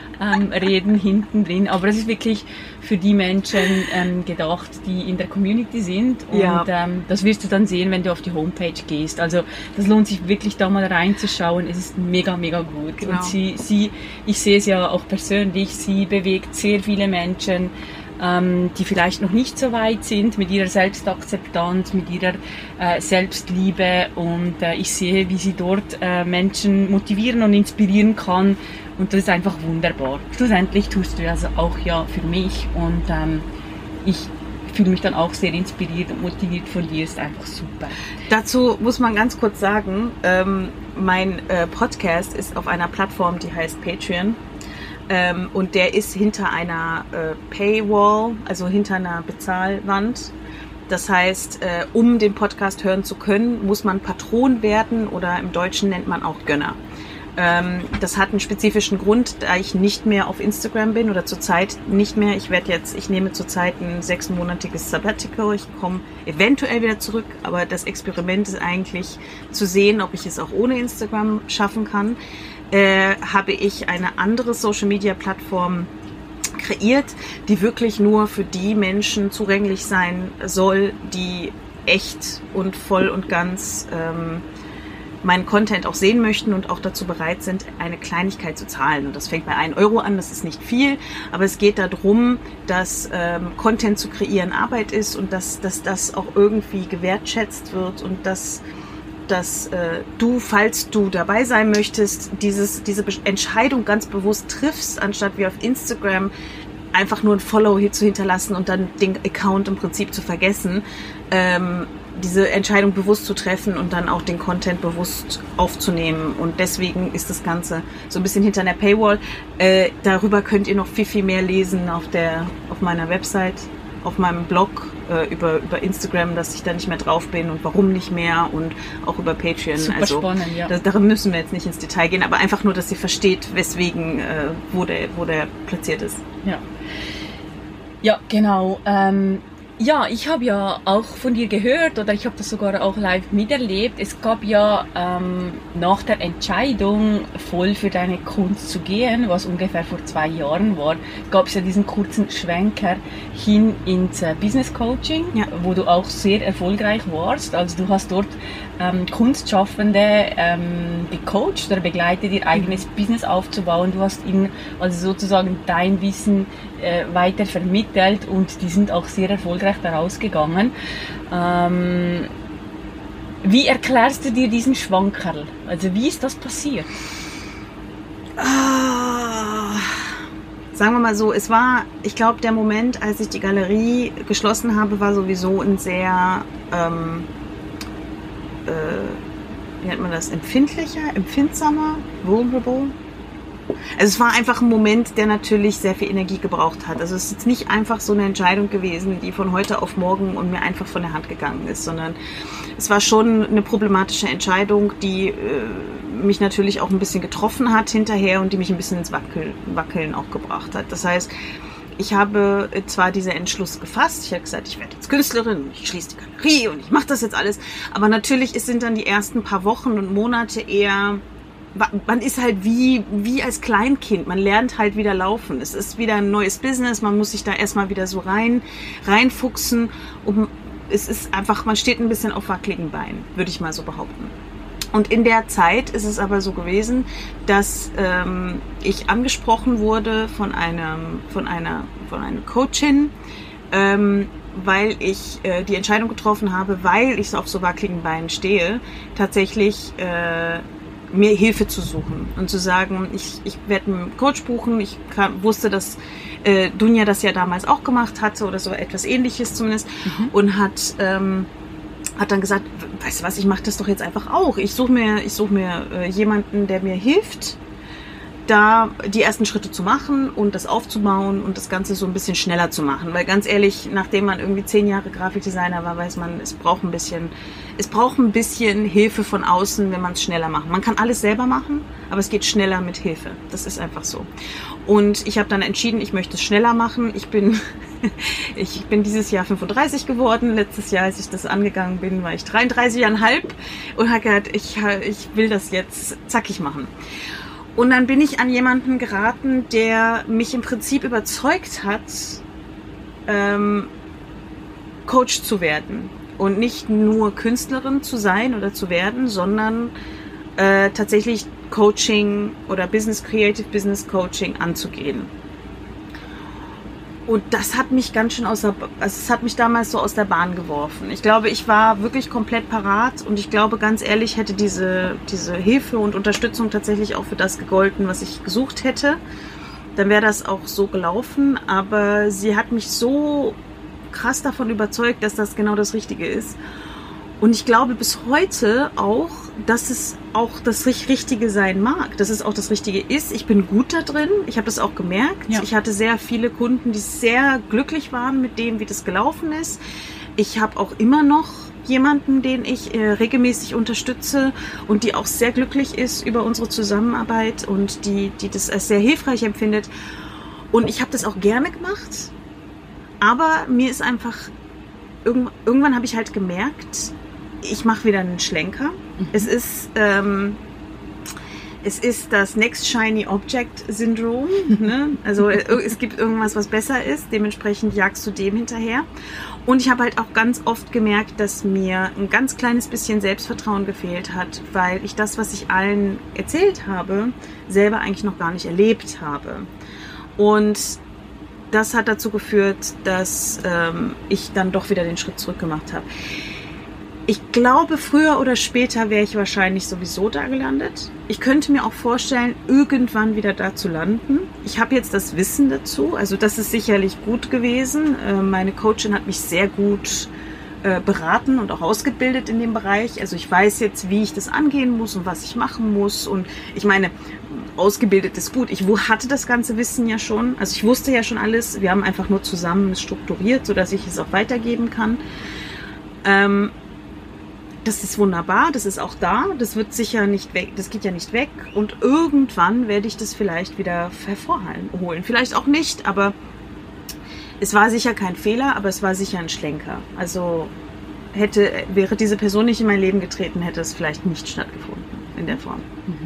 reden hinten drin, aber das ist wirklich für die Menschen gedacht, die in der Community sind und ja. Das wirst du dann sehen, wenn du auf die Homepage gehst. Also das lohnt sich wirklich da mal reinzuschauen. Es ist mega, mega gut. Genau. Und ich sehe es ja auch persönlich, sie bewegt sehr viele Menschen, die vielleicht noch nicht so weit sind mit ihrer Selbstakzeptanz, mit ihrer Selbstliebe und ich sehe, wie sie dort Menschen motivieren und inspirieren kann und das ist einfach wunderbar. Schlussendlich tust du das auch ja für mich und ich fühle mich dann auch sehr inspiriert und motiviert von dir, ist einfach super. Dazu muss man ganz kurz sagen, mein Podcast ist auf einer Plattform, die heißt Patreon. Und der ist hinter einer Paywall, also hinter einer Bezahlwand. Das heißt, um den Podcast hören zu können, muss man Patron werden oder im Deutschen nennt man auch Gönner. Das hat einen spezifischen Grund, da ich nicht mehr auf Instagram bin oder zurzeit nicht mehr. Ich nehme zurzeit ein 6-monatiges Sabbatical. Ich komme eventuell wieder zurück, aber das Experiment ist eigentlich zu sehen, ob ich es auch ohne Instagram schaffen kann. Habe ich eine andere Social-Media-Plattform kreiert, die wirklich nur für die Menschen zugänglich sein soll, die echt und voll und ganz meinen Content auch sehen möchten und auch dazu bereit sind, eine Kleinigkeit zu zahlen. Und das fängt bei 1 Euro an, das ist nicht viel, aber es geht darum, dass Content zu kreieren Arbeit ist und dass das auch irgendwie gewertschätzt wird und dass du, falls du dabei sein möchtest, diese Entscheidung ganz bewusst triffst, anstatt wie auf Instagram einfach nur ein Follow zu hinterlassen und dann den Account im Prinzip zu vergessen, diese Entscheidung bewusst zu treffen und dann auch den Content bewusst aufzunehmen. Und deswegen ist das Ganze so ein bisschen hinter einer Paywall. Darüber könnt ihr noch viel, viel mehr lesen auf meiner Website auf meinem Blog, über Instagram, dass ich da nicht mehr drauf bin und warum nicht mehr und auch über Patreon. Super also spannend, ja. Darin müssen wir jetzt nicht ins Detail gehen, aber einfach nur, dass sie versteht, weswegen, wo der platziert ist. Ja, genau. Ja, ich habe ja auch von dir gehört oder ich habe das sogar auch live miterlebt. Es gab ja nach der Entscheidung, voll für deine Kunst zu gehen, was ungefähr vor 2 Jahren war, gab es ja diesen kurzen Schwenker hin ins Business Coaching, wo du auch sehr erfolgreich warst. Also du hast dort Kunstschaffende gecoacht oder begleitet, ihr eigenes Business aufzubauen. Du hast ihnen also sozusagen dein Wissen weiter vermittelt und die sind auch sehr erfolgreich daraus gegangen. Wie erklärst du dir diesen Schwankerl? Also wie ist das passiert? Sagen wir mal so, es war, ich glaube, der Moment, als ich die Galerie geschlossen habe, war sowieso ein sehr, wie nennt man das, empfindsamer, vulnerable. Also es war einfach ein Moment, der natürlich sehr viel Energie gebraucht hat. Also es ist jetzt nicht einfach so eine Entscheidung gewesen, die von heute auf morgen und mir einfach von der Hand gegangen ist, sondern es war schon eine problematische Entscheidung, die mich natürlich auch ein bisschen getroffen hat hinterher und die mich ein bisschen ins Wackeln auch gebracht hat. Das heißt, ich habe zwar diesen Entschluss gefasst, ich habe gesagt, ich werde jetzt Künstlerin, ich schließe die Galerie und ich mache das jetzt alles, aber natürlich sind dann die ersten paar Wochen und Monate eher... Man ist halt wie als Kleinkind, man lernt halt wieder laufen. Es ist wieder ein neues Business, man muss sich da erstmal wieder so reinfuchsen. Es ist einfach, man steht ein bisschen auf wackeligen Beinen, würde ich mal so behaupten. Und in der Zeit ist es aber so gewesen, dass ich angesprochen wurde von einer Coachin, weil ich die Entscheidung getroffen habe, weil ich auf so wackeligen Beinen stehe, tatsächlich mir Hilfe zu suchen und zu sagen, ich werde einen Coach buchen. Ich wusste, dass Dunja das ja damals auch gemacht hatte oder so etwas Ähnliches zumindest und hat dann gesagt, weißt du was, ich mache das doch jetzt einfach auch. Ich suche mir jemanden, der mir hilft, da die ersten Schritte zu machen und das aufzubauen und das Ganze so ein bisschen schneller zu machen. Weil ganz ehrlich, nachdem man irgendwie 10 Jahre Grafikdesigner war, weiß man, es braucht ein bisschen Hilfe von außen, wenn man es schneller macht. Man kann alles selber machen, aber es geht schneller mit Hilfe. Das ist einfach so. Und ich habe dann entschieden, ich möchte es schneller machen. Ich bin dieses Jahr 35 geworden. Letztes Jahr, als ich das angegangen bin, war ich 33,5 und habe gedacht, ich will das jetzt zackig machen. Und dann bin ich an jemanden geraten, der mich im Prinzip überzeugt hat, Coach zu werden. Und nicht nur Künstlerin zu sein oder zu werden, sondern tatsächlich Coaching oder Creative Business Coaching anzugehen. Und das hat mich es hat mich damals so aus der Bahn geworfen. Ich glaube, ich war wirklich komplett parat und ich glaube, ganz ehrlich, hätte diese Hilfe und Unterstützung tatsächlich auch für das gegolten, was ich gesucht hätte. Dann wäre das auch so gelaufen, aber sie hat mich so krass davon überzeugt, dass das genau das Richtige ist. Und ich glaube bis heute auch, dass es auch das Richtige sein mag, dass es auch das Richtige ist. Ich bin gut da drin, ich habe das auch gemerkt. Ja. Ich hatte sehr viele Kunden, die sehr glücklich waren mit dem, wie das gelaufen ist. Ich habe auch immer noch jemanden, den ich regelmäßig unterstütze und die auch sehr glücklich ist über unsere Zusammenarbeit und die das als sehr hilfreich empfindet. Und ich habe das auch gerne gemacht, aber mir ist einfach, irgendwann habe ich halt gemerkt, ich mache wieder einen Schlenker. Es ist das Next Shiny Object Syndrom. Ne? Also es gibt irgendwas, was besser ist. Dementsprechend jagst du dem hinterher. Und ich habe halt auch ganz oft gemerkt, dass mir ein ganz kleines bisschen Selbstvertrauen gefehlt hat, weil ich das, was ich allen erzählt habe, selber eigentlich noch gar nicht erlebt habe. Und das hat dazu geführt, dass ich dann doch wieder den Schritt zurück gemacht habe. Ich glaube, früher oder später wäre ich wahrscheinlich sowieso da gelandet. Ich könnte mir auch vorstellen, irgendwann wieder da zu landen. Ich habe jetzt das Wissen dazu, also das ist sicherlich gut gewesen. Meine Coachin hat mich sehr gut beraten und auch ausgebildet in dem Bereich. Also ich weiß jetzt, wie ich das angehen muss und was ich machen muss. Und ich meine, ausgebildetes Gut. Ich hatte das ganze Wissen ja schon, also ich wusste ja schon alles. Wir haben einfach nur zusammen strukturiert, sodass ich es auch weitergeben kann. Das ist wunderbar, das ist auch da, das wird sicher nicht weg, das geht ja nicht weg und irgendwann werde ich das vielleicht wieder hervorholen. Vielleicht auch nicht, aber es war sicher kein Fehler, aber es war sicher ein Schlenker. Also wäre diese Person nicht in mein Leben getreten, hätte es vielleicht nicht stattgefunden in der Form.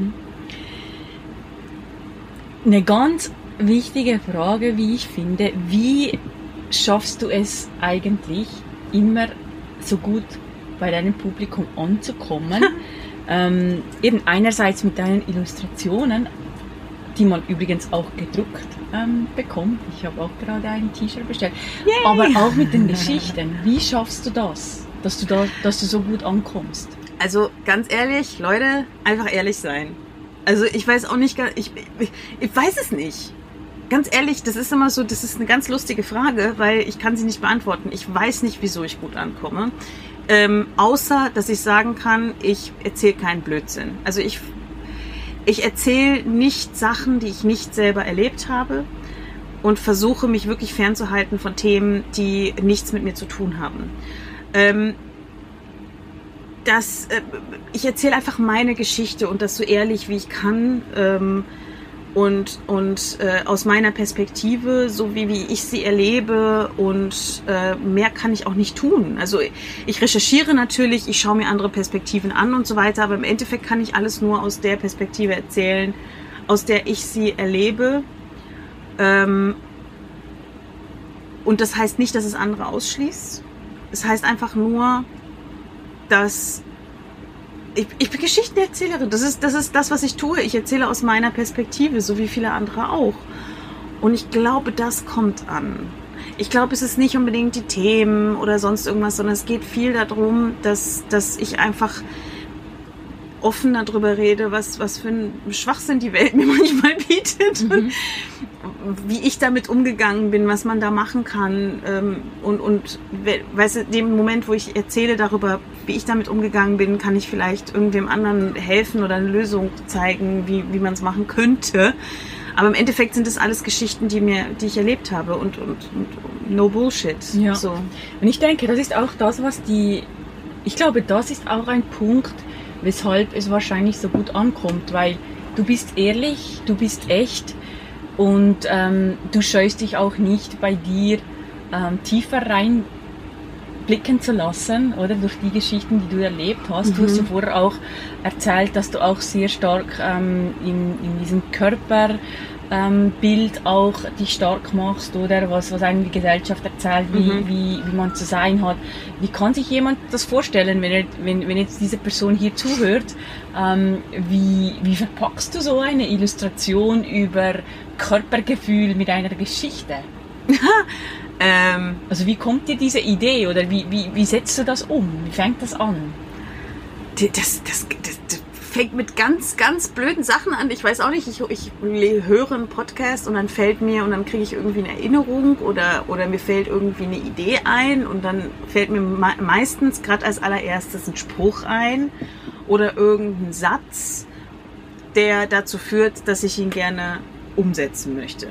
Eine ganz wichtige Frage, wie ich finde, wie schaffst du es eigentlich immer so gut bei deinem Publikum anzukommen? Eben einerseits mit deinen Illustrationen, die man übrigens auch gedruckt bekommt. Ich habe auch gerade ein T-Shirt bestellt. Yay! Aber auch mit den Geschichten. Wie schaffst du das, dass du so gut ankommst? Also ganz ehrlich, Leute, einfach ehrlich sein. Also ich weiß auch nicht, ich weiß es nicht. Ganz ehrlich, das ist immer so, das ist eine ganz lustige Frage, weil ich kann sie nicht beantworten. Ich weiß nicht, wieso ich gut ankomme. Außer, dass ich sagen kann, ich erzähle keinen Blödsinn. Also ich erzähle nicht Sachen, die ich nicht selber erlebt habe und versuche mich wirklich fernzuhalten von Themen, die nichts mit mir zu tun haben. Ich erzähle einfach meine Geschichte und das so ehrlich, wie ich kann, und aus meiner Perspektive, so wie ich sie erlebe, und mehr kann ich auch nicht tun. Also ich recherchiere natürlich, ich schaue mir andere Perspektiven an und so weiter, aber im Endeffekt kann ich alles nur aus der Perspektive erzählen, aus der ich sie erlebe. Und das heißt nicht, dass es andere ausschließt. Es heißt einfach nur, dass ich bin Geschichtenerzählerin. Das ist das, was ich tue. Ich erzähle aus meiner Perspektive, so wie viele andere auch. Und ich glaube, das kommt an. Ich glaube, es ist nicht unbedingt die Themen oder sonst irgendwas, sondern es geht viel darum, dass ich einfach offen darüber rede, was für ein Schwachsinn die Welt mir manchmal bietet. Und wie ich damit umgegangen bin, was man da machen kann. Und weißt du, dem Moment, wo ich erzähle darüber, wie ich damit umgegangen bin, kann ich vielleicht irgendwem anderen helfen oder eine Lösung zeigen, wie man es machen könnte. Aber im Endeffekt sind das alles Geschichten, die ich erlebt habe und no Bullshit. Ja. So. Und ich denke, das ist auch das, ich glaube, das ist auch ein Punkt, weshalb es wahrscheinlich so gut ankommt, weil du bist ehrlich, du bist echt und du scheust dich auch nicht bei dir tiefer reinblicken zu lassen, oder durch die Geschichten, die du erlebt hast. Du hast ja vorher auch erzählt, dass du auch sehr stark in diesem Körperbild auch dich stark machst, oder was einem die Gesellschaft erzählt, wie man zu sein hat. Wie kann sich jemand das vorstellen, wenn jetzt diese Person hier zuhört? Wie verpackst du so eine Illustration über Körpergefühl mit einer Geschichte? Also wie kommt dir diese Idee, oder wie setzt du das um? Wie fängt das an? Das fängt mit ganz, ganz blöden Sachen an. Ich weiß auch nicht, ich höre einen Podcast und dann dann kriege ich irgendwie eine Erinnerung oder mir fällt irgendwie eine Idee ein und dann fällt mir meistens gerade als allererstes ein Spruch ein oder irgendein Satz, der dazu führt, dass ich ihn gerne umsetzen möchte.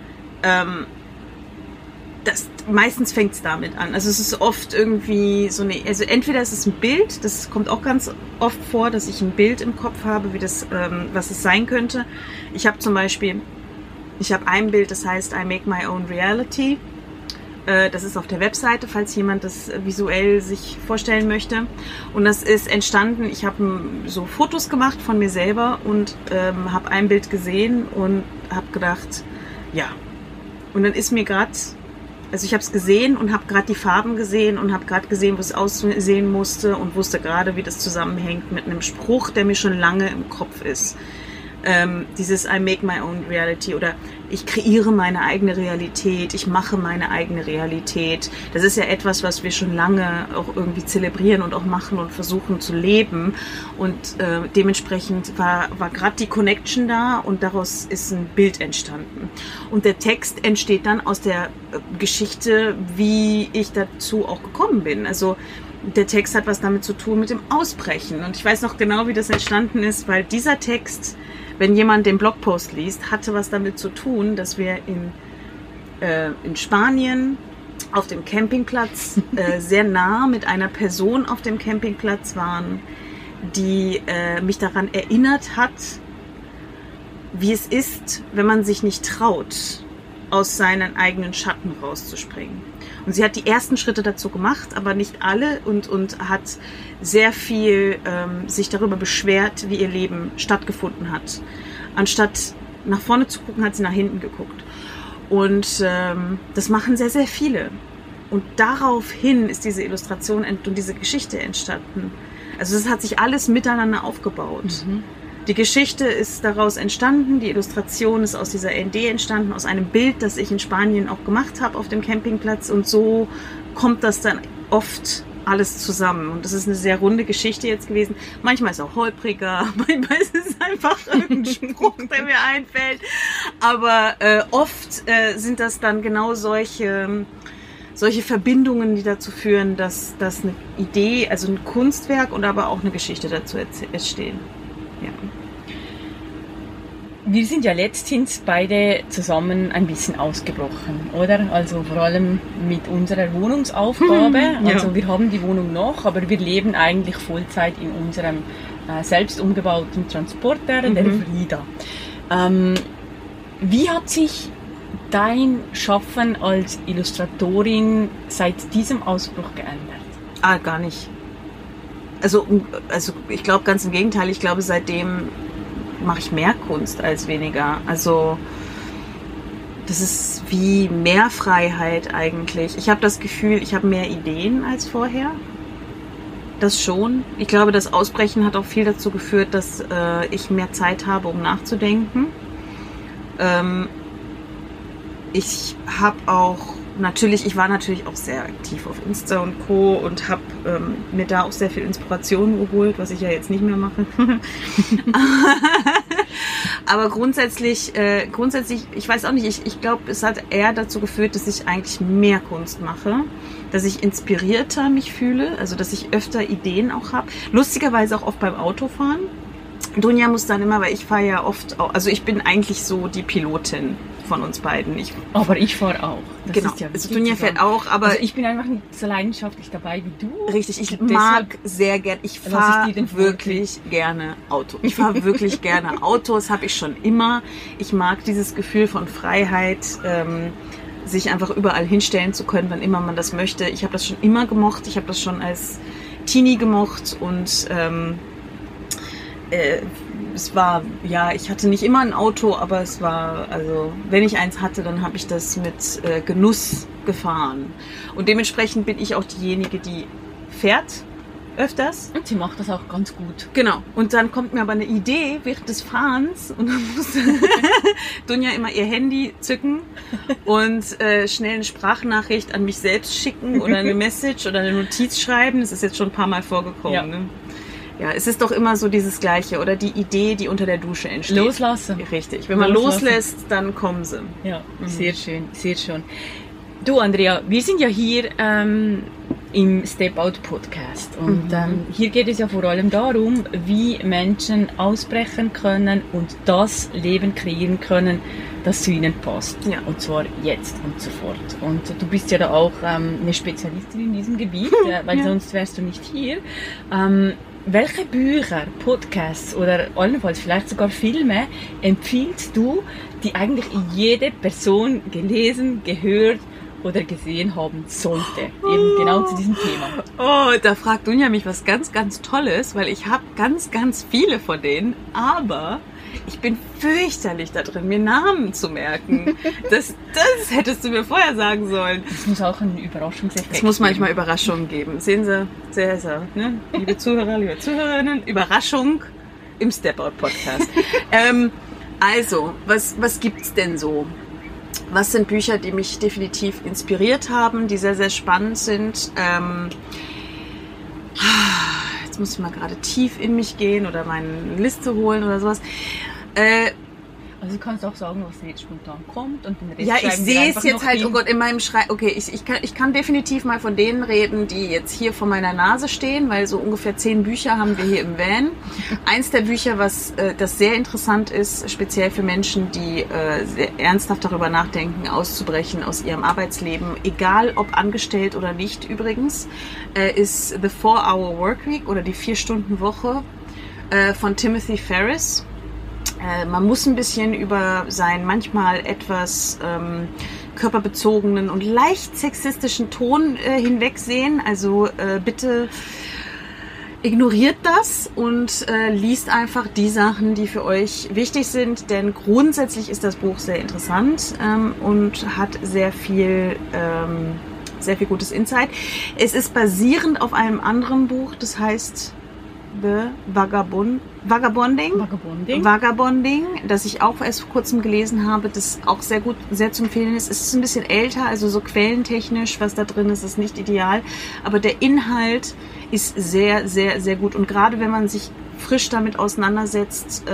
Meistens fängt es damit an. Also es ist oft irgendwie also entweder ist es ein Bild, das kommt auch ganz oft vor, dass ich ein Bild im Kopf habe, was es sein könnte. Ich habe ein Bild, das heißt I Make My Own Reality. Das ist auf der Webseite, falls jemand das visuell sich vorstellen möchte. Und das ist entstanden, ich habe so Fotos gemacht von mir selber und habe ein Bild gesehen und habe gedacht, ja. Und dann ist mir also ich habe es gesehen und habe gerade die Farben gesehen und habe gerade gesehen, was es aussehen musste und wusste gerade, wie das zusammenhängt mit einem Spruch, der mir schon lange im Kopf ist. Dieses I make my own reality oder ich kreiere meine eigene Realität, ich mache meine eigene Realität. Das ist ja etwas, was wir schon lange auch irgendwie zelebrieren und auch machen und versuchen zu leben. Und dementsprechend war gerade die Connection da und daraus ist ein Bild entstanden. Und der Text entsteht dann aus der Geschichte, wie ich dazu auch gekommen bin. Also der Text hat was damit zu tun mit dem Ausbrechen. Und ich weiß noch genau, wie das entstanden ist, weil dieser Text wenn jemand den Blogpost liest, hatte was damit zu tun, dass wir in Spanien auf dem Campingplatz sehr nah mit einer Person auf dem Campingplatz waren, die mich daran erinnert hat, wie es ist, wenn man sich nicht traut, aus seinen eigenen Schatten rauszuspringen. Und sie hat die ersten Schritte dazu gemacht, aber nicht alle und hat sehr viel sich darüber beschwert, wie ihr Leben stattgefunden hat. Anstatt nach vorne zu gucken, hat sie nach hinten geguckt. Und das machen sehr, sehr viele. Und daraufhin ist diese Illustration und diese Geschichte entstanden. Also das hat sich alles miteinander aufgebaut. Mhm. Die Geschichte ist daraus entstanden, die Illustration ist aus dieser ND entstanden, aus einem Bild, das ich in Spanien auch gemacht habe auf dem Campingplatz. Und so kommt das dann oft alles zusammen. Und das ist eine sehr runde Geschichte jetzt gewesen. Manchmal ist es auch holpriger, manchmal ist es einfach irgendein Spruch, der mir einfällt. Aber oft sind das dann genau solche Verbindungen, die dazu führen, dass eine Idee, also ein Kunstwerk und aber auch eine Geschichte dazu entstehen. Ja. Wir sind ja letztens beide zusammen ein bisschen ausgebrochen, oder? Also vor allem mit unserer Wohnungsaufgabe. Ja. Also wir haben die Wohnung noch, aber wir leben eigentlich Vollzeit in unserem selbst umgebauten Transporter, der Frida. Wie hat sich dein Schaffen als Illustratorin seit diesem Ausbruch geändert? Gar nicht. Also ich glaube ganz im Gegenteil. Ich glaube, seitdem mache ich mehr Kunst als weniger. Also das ist wie mehr Freiheit eigentlich. Ich habe das Gefühl, ich habe mehr Ideen als vorher. Das schon. Ich glaube, das Ausbrechen hat auch viel dazu geführt, dass ich mehr Zeit habe, um nachzudenken. Ich war natürlich auch sehr aktiv auf Insta und Co. und habe mir da auch sehr viel Inspiration geholt, was ich ja jetzt nicht mehr mache. Aber grundsätzlich, ich weiß auch nicht, ich glaube, es hat eher dazu geführt, dass ich eigentlich mehr Kunst mache, dass ich inspirierter mich fühle, also dass ich öfter Ideen auch habe. Lustigerweise auch oft beim Autofahren. Dunja muss dann immer, weil ich fahre ja oft auch, also ich bin eigentlich so die Pilotin von uns beiden. Aber ich fahre auch. Das genau, ist ja also Dunja fährt auch, aber... Also ich bin einfach nicht so leidenschaftlich dabei wie du. Richtig, ich mag sehr gerne, ich fahre wirklich gerne Auto. Ich fahre wirklich gerne Auto, das habe ich schon immer. Ich mag dieses Gefühl von Freiheit, sich einfach überall hinstellen zu können, wann immer man das möchte. Ich habe das schon immer gemocht, ich habe das schon als Teenie gemocht und es war, ja, ich hatte nicht immer ein Auto, aber es war, also wenn ich eins hatte, dann habe ich das mit Genuss gefahren. Und dementsprechend bin ich auch diejenige, die fährt öfters. Und sie macht das auch ganz gut. Genau. Und dann kommt mir aber eine Idee während des Fahrens und dann muss Dunja immer ihr Handy zücken und schnell eine Sprachnachricht an mich selbst schicken oder eine Message oder eine Notiz schreiben. Das ist jetzt schon ein paar Mal vorgekommen. Ja. Ne? Ja, es ist doch immer so dieses Gleiche, oder die Idee, die unter der Dusche entsteht. Loslassen. Richtig. Wenn man loslässt, dann kommen sie. Ja, sehr schön, sehr schön. Du, Andrea, wir sind ja hier im Step Out Podcast und hier geht es ja vor allem darum, wie Menschen ausbrechen können und das Leben kreieren können, das zu ihnen passt. Ja. Und zwar jetzt und sofort. Und du bist ja da auch eine Spezialistin in diesem Gebiet, weil sonst wärst du nicht hier. Welche Bücher, Podcasts oder allenfalls vielleicht sogar Filme empfiehlst du, die eigentlich jede Person gelesen, gehört oder gesehen haben sollte? Eben genau zu diesem Thema. Oh, da fragt Dunja mich was ganz, ganz Tolles, weil ich habe ganz, ganz viele von denen, aber ich bin fürchterlich da drin, mir Namen zu merken. Das hättest du mir vorher sagen sollen. Das muss auch einen Überraschungseffekt geben. Es muss manchmal Überraschungen geben. Sehen Sie, sehr, ne? Liebe Zuhörer, liebe Zuhörerinnen, Überraschung im Step Out Podcast. Also, was gibt's denn so? Was sind Bücher, die mich definitiv inspiriert haben, die sehr, sehr spannend sind? Jetzt muss ich mal gerade tief in mich gehen oder meine Liste holen oder sowas. Also du kannst auch sagen, was dir jetzt spontan kommt und den Rest Ja, ich schreiben wir sehe einfach es jetzt noch halt, hin. oh Gott, in meinem Schrei. Okay, ich kann definitiv mal von denen reden, die jetzt hier vor meiner Nase stehen, weil so ungefähr 10 Bücher haben wir hier im Van. Eins der Bücher, das sehr interessant ist, speziell für Menschen, die sehr ernsthaft darüber nachdenken, auszubrechen aus ihrem Arbeitsleben, egal ob angestellt oder nicht übrigens, ist The 4-Hour Workweek oder die 4-Stunden-Woche von Timothy Ferriss. Man muss ein bisschen über seinen manchmal etwas körperbezogenen und leicht sexistischen Ton hinwegsehen. Also bitte ignoriert das und liest einfach die Sachen, die für euch wichtig sind. Denn grundsätzlich ist das Buch sehr interessant und hat sehr viel gutes Insight. Es ist basierend auf einem anderen Buch, das heißt The Vagabonding, das ich auch erst vor kurzem gelesen habe, das auch sehr zu empfehlen ist. Es ist ein bisschen älter, also so quellentechnisch, was da drin ist nicht ideal, aber der Inhalt ist sehr, sehr, sehr gut. Und gerade wenn man sich frisch damit auseinandersetzt,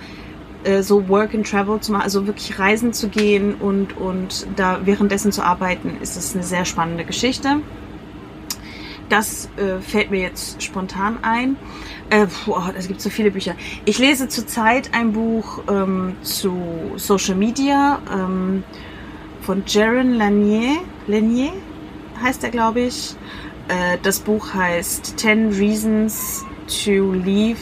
so Work and Travel zu machen, also wirklich reisen zu gehen und da währenddessen zu arbeiten, ist es eine sehr spannende Geschichte. Das fällt mir jetzt spontan ein. Es gibt so viele Bücher. Ich lese zurzeit ein Buch zu Social Media von Jaron Lanier heißt er, glaube ich. Das Buch heißt 10 Reasons to Leave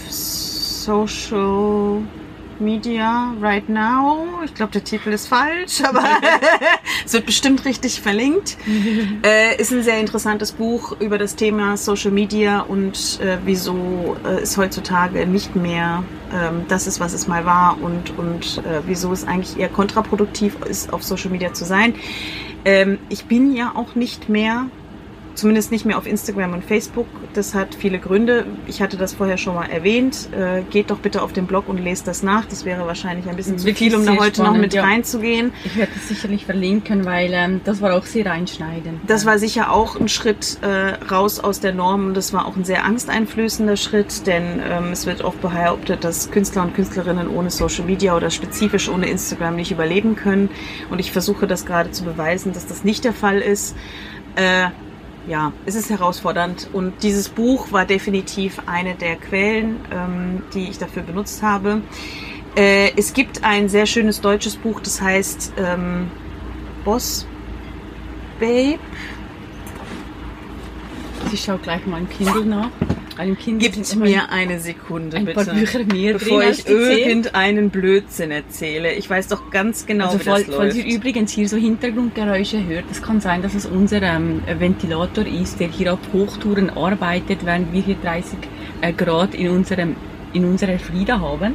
Social Media Right Now. Ich glaube, der Titel ist falsch, aber es wird bestimmt richtig verlinkt. Ist ein sehr interessantes Buch über das Thema Social Media und wieso es heutzutage nicht mehr das ist, was es mal war und wieso es eigentlich eher kontraproduktiv ist, auf Social Media zu sein. Ich bin ja auch nicht mehr, zumindest nicht mehr auf Instagram und Facebook. Das hat viele Gründe. Ich hatte das vorher schon mal erwähnt. Geht doch bitte auf den Blog und lest das nach. Das wäre wahrscheinlich ein bisschen zu viel, um da heute noch mit reinzugehen. Ich werde das sicherlich verlinken, weil das war auch sehr einschneidend. Das war sicher auch ein Schritt raus aus der Norm. Das war auch ein sehr angsteinflößender Schritt, denn es wird oft behauptet, dass Künstler und Künstlerinnen ohne Social Media oder spezifisch ohne Instagram nicht überleben können. Und ich versuche das gerade zu beweisen, dass das nicht der Fall ist. Ja, es ist herausfordernd und dieses Buch war definitiv eine der Quellen, die ich dafür benutzt habe. Es gibt ein sehr schönes deutsches Buch, das heißt Boss Babe. Ich schaue gleich mal im Kindle nach. Gibt mir eine Sekunde, bitte. Ein paar Bücher mehr bevor drin, ich irgendeinen Blödsinn erzähle. Ich weiß doch ganz genau, also wie das läuft. Falls ihr übrigens hier so Hintergrundgeräusche hört, es kann sein, dass es unser Ventilator ist, der hier auf Hochtouren arbeitet, während wir hier 30 Grad in unserer Frieda haben.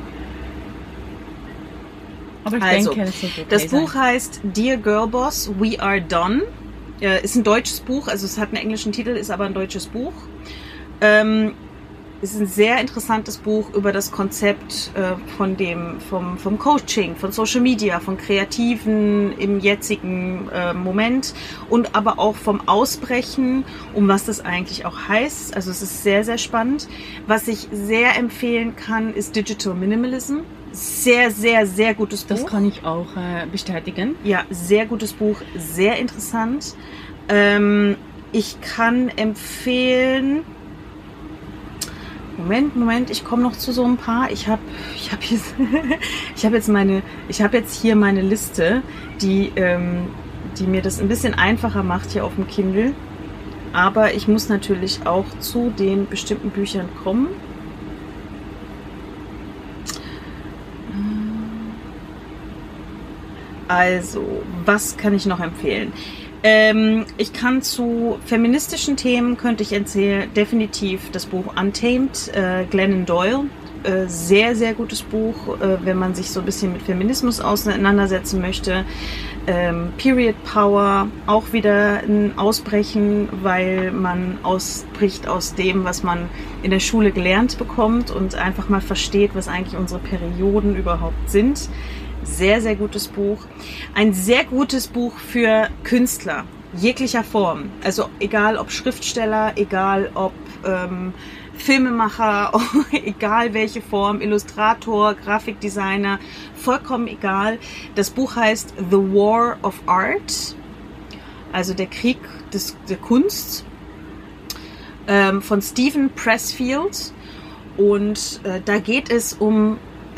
Aber ich denke, das wird okay das Buch sein. heißt Dear Girl Boss, We Are Done. Ist ein deutsches Buch, also es hat einen englischen Titel, ist aber ein deutsches Buch. Es ist ein sehr interessantes Buch über das Konzept vom Coaching, von Social Media, von Kreativen im jetzigen Moment und aber auch vom Ausbrechen, um was das eigentlich auch heißt. Also es ist sehr, sehr spannend. Was ich sehr empfehlen kann, ist Digital Minimalism. Sehr, sehr, sehr gutes Buch. Das kann ich auch bestätigen. Ja, sehr gutes Buch, sehr interessant. Ich kann empfehlen... Moment, ich komme noch zu so ein paar. Ich habe jetzt hier meine Liste, die mir das ein bisschen einfacher macht hier auf dem Kindle. Aber ich muss natürlich auch zu den bestimmten Büchern kommen. Also, was kann ich noch empfehlen? Ich kann zu feministischen Themen, könnte ich erzählen, definitiv das Buch Untamed, Glennon Doyle. Sehr, sehr gutes Buch, wenn man sich so ein bisschen mit Feminismus auseinandersetzen möchte. Period Power, auch wieder ein Ausbrechen, weil man ausbricht aus dem, was man in der Schule gelernt bekommt und einfach mal versteht, was eigentlich unsere Perioden überhaupt sind. Sehr, sehr gutes Buch. Ein sehr gutes Buch für Künstler jeglicher Form. Also egal ob Schriftsteller, egal ob Filmemacher, egal welche Form, Illustrator, Grafikdesigner, vollkommen egal. Das Buch heißt The War of Art, also der Krieg der Kunst, von Stephen Pressfield. Und da geht es um,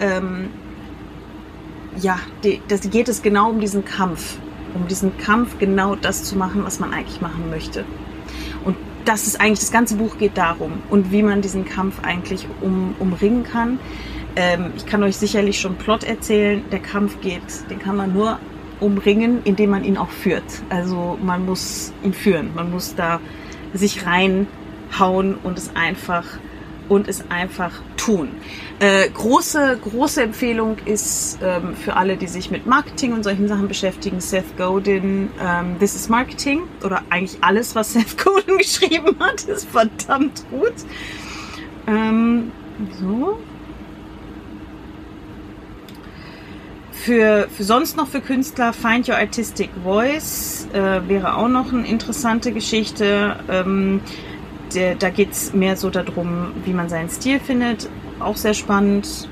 geht es genau um diesen Kampf, genau das zu machen, was man eigentlich machen möchte. Und das ganze Buch geht darum und wie man diesen Kampf eigentlich umringen kann. Ich kann euch sicherlich schon Plot erzählen. Der Kampf den kann man nur umringen, indem man ihn auch führt. Also man muss ihn führen. Man muss da sich reinhauen und es einfach tun. Große Empfehlung ist für alle, die sich mit Marketing und solchen Sachen beschäftigen, Seth Godin, This is Marketing, oder eigentlich alles, was Seth Godin geschrieben hat, ist verdammt gut. Für sonst noch für Künstler, Find Your Artistic Voice wäre auch noch eine interessante Geschichte. Da geht es mehr so darum, wie man seinen Stil findet. Auch sehr spannend.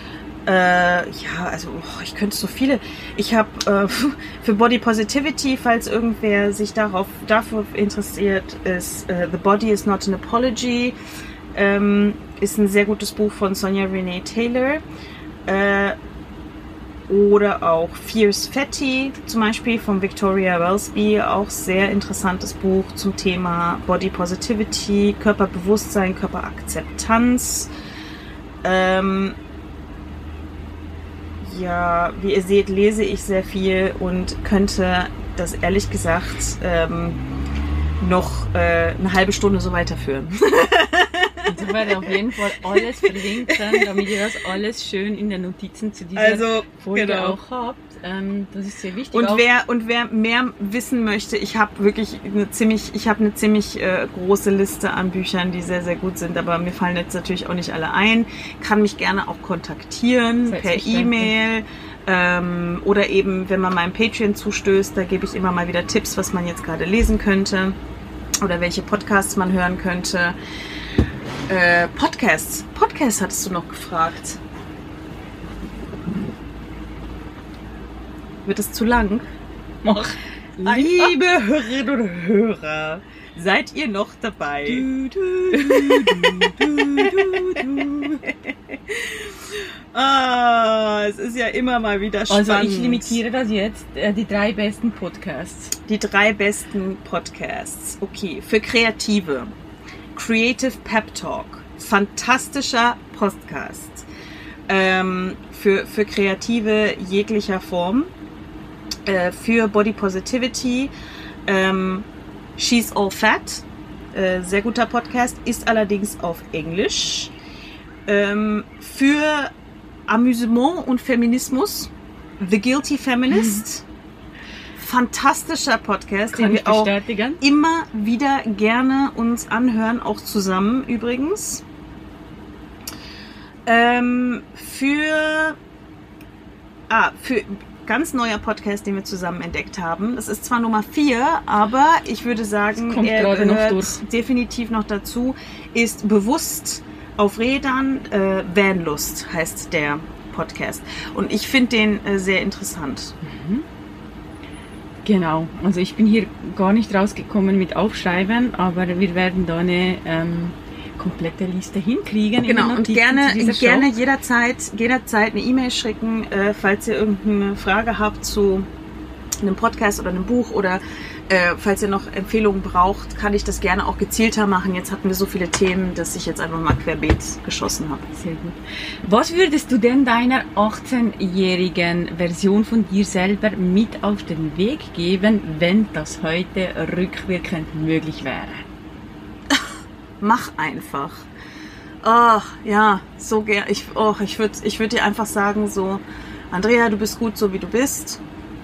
Ich könnte so viele. Ich habe für Body Positivity, falls irgendwer sich dafür interessiert, ist The Body is Not an Apology. Ist ein sehr gutes Buch von Sonia Renee Taylor. Oder auch Fierce Fatty, zum Beispiel von Victoria Welsby, auch sehr interessantes Buch zum Thema Body Positivity, Körperbewusstsein, Körperakzeptanz. Wie ihr seht, lese ich sehr viel und könnte das ehrlich gesagt noch eine halbe Stunde so weiterführen. Und ich werde auf jeden Fall alles verlinken, damit ihr das alles schön in den Notizen zu dieser Folge auch habt. Das ist sehr wichtig. Und wer mehr wissen möchte, ich habe eine ziemlich große Liste an Büchern, die sehr, sehr gut sind, aber mir fallen jetzt natürlich auch nicht alle ein. Kann mich gerne auch kontaktieren per E-Mail. Oder eben, wenn man meinem Patreon zustößt, da gebe ich immer mal wieder Tipps, was man jetzt gerade lesen könnte oder welche Podcasts man hören könnte. Podcasts hattest du noch gefragt. Wird es zu lang? Liebe Hörerinnen und Hörer, seid ihr noch dabei? Es ist ja immer mal wieder spannend. Also ich limitiere das jetzt, die 3 besten Podcasts. Die 3 besten Podcasts. Okay, für Kreative. Creative Pep Talk. Fantastischer Podcast. Für Kreative jeglicher Form. Für Body Positivity. She's All Fat. Sehr guter Podcast. Ist allerdings auf Englisch. Für Amüsement und Feminismus. The Guilty Feminist. Fantastischer Podcast, den wir auch immer wieder gerne uns anhören, auch zusammen übrigens. Für ganz neuer Podcast, den wir zusammen entdeckt haben. Das ist zwar Nummer 4, aber ich würde sagen, er gehört definitiv noch dazu, ist Bewusst auf Rädern, Vanlust heißt der Podcast. Und ich finde den sehr interessant. Genau, also ich bin hier gar nicht rausgekommen mit Aufschreiben, aber wir werden da eine komplette Liste hinkriegen. Genau, und gerne jederzeit eine E-Mail schicken, falls ihr irgendeine Frage habt zu einem Podcast oder einem Buch oder falls ihr noch Empfehlungen braucht, kann ich das gerne auch gezielter machen. Jetzt hatten wir so viele Themen, dass ich jetzt einfach mal querbeet geschossen habe. Sehr gut. Was würdest du denn deiner 18-jährigen Version von dir selber mit auf den Weg geben, wenn das heute rückwirkend möglich wäre? Mach einfach. Ach, ja, so gern. Ich würde dir einfach sagen, so, Andrea, du bist gut, so wie du bist.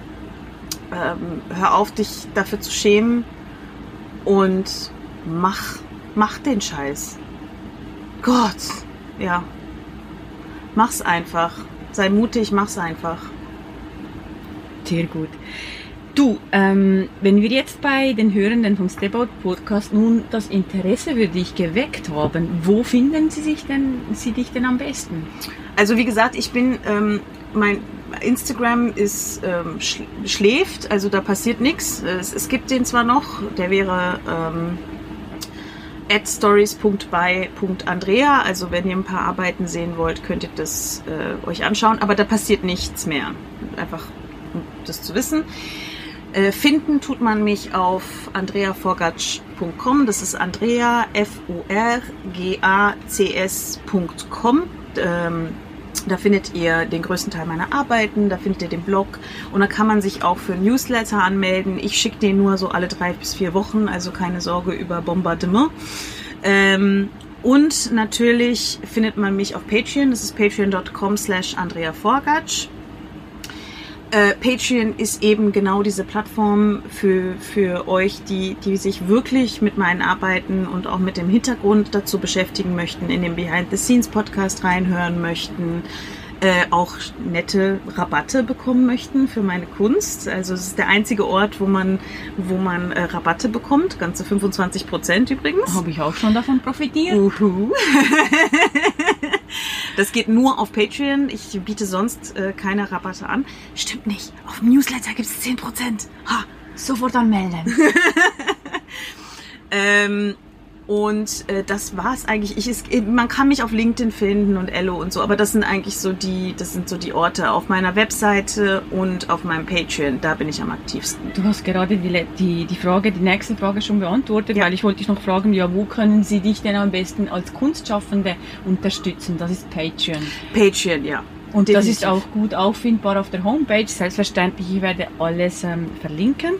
Hör auf, dich dafür zu schämen und mach den Scheiß. Gott, ja. Mach's einfach. Sei mutig, mach's einfach. Sehr gut. Du, wenn wir jetzt bei den Hörenden vom Step Out Podcast nun das Interesse für dich geweckt haben, wo finden sie dich denn am besten? Also wie gesagt, ich bin, mein Instagram ist schläft, also da passiert nichts. Es gibt den zwar noch, der wäre @stories.by.andrea. Also wenn ihr ein paar Arbeiten sehen wollt, könnt ihr das euch anschauen. Aber da passiert nichts mehr. Einfach, um das zu wissen. Finden tut man mich auf andreaforgatsch.com. Das ist Andrea, Forgacs.com. Da findet ihr den größten Teil meiner Arbeiten, da findet ihr den Blog und da kann man sich auch für Newsletter anmelden. Ich schicke den nur so alle 3 bis 4 Wochen, also keine Sorge über Bombardement. Und natürlich findet man mich auf Patreon, das ist patreon.com/andreaforgatsch. Patreon ist eben genau diese Plattform für euch, die sich wirklich mit meinen Arbeiten und auch mit dem Hintergrund dazu beschäftigen möchten, in den Behind-the-Scenes-Podcast reinhören möchten, auch nette Rabatte bekommen möchten für meine Kunst. Also es ist der einzige Ort, wo man Rabatte bekommt, ganze 25% übrigens. Habe ich auch schon davon profitiert. Das geht nur auf Patreon. Ich biete sonst keine Rabatte an. Stimmt nicht. Auf dem Newsletter gibt es 10%. Ha! Sofort anmelden. Und das war's eigentlich. Man kann mich auf LinkedIn finden und Ello und so, aber das sind eigentlich so die Orte auf meiner Webseite und auf meinem Patreon. Da bin ich am aktivsten. Du hast gerade die nächste Frage schon beantwortet, ja. Weil ich wollte dich noch fragen, ja, wo können sie dich denn am besten als Kunstschaffende unterstützen? Das ist Patreon. Patreon, ja. Und definitiv. Das ist auch gut auffindbar auf der Homepage. Selbstverständlich, ich werde alles verlinken.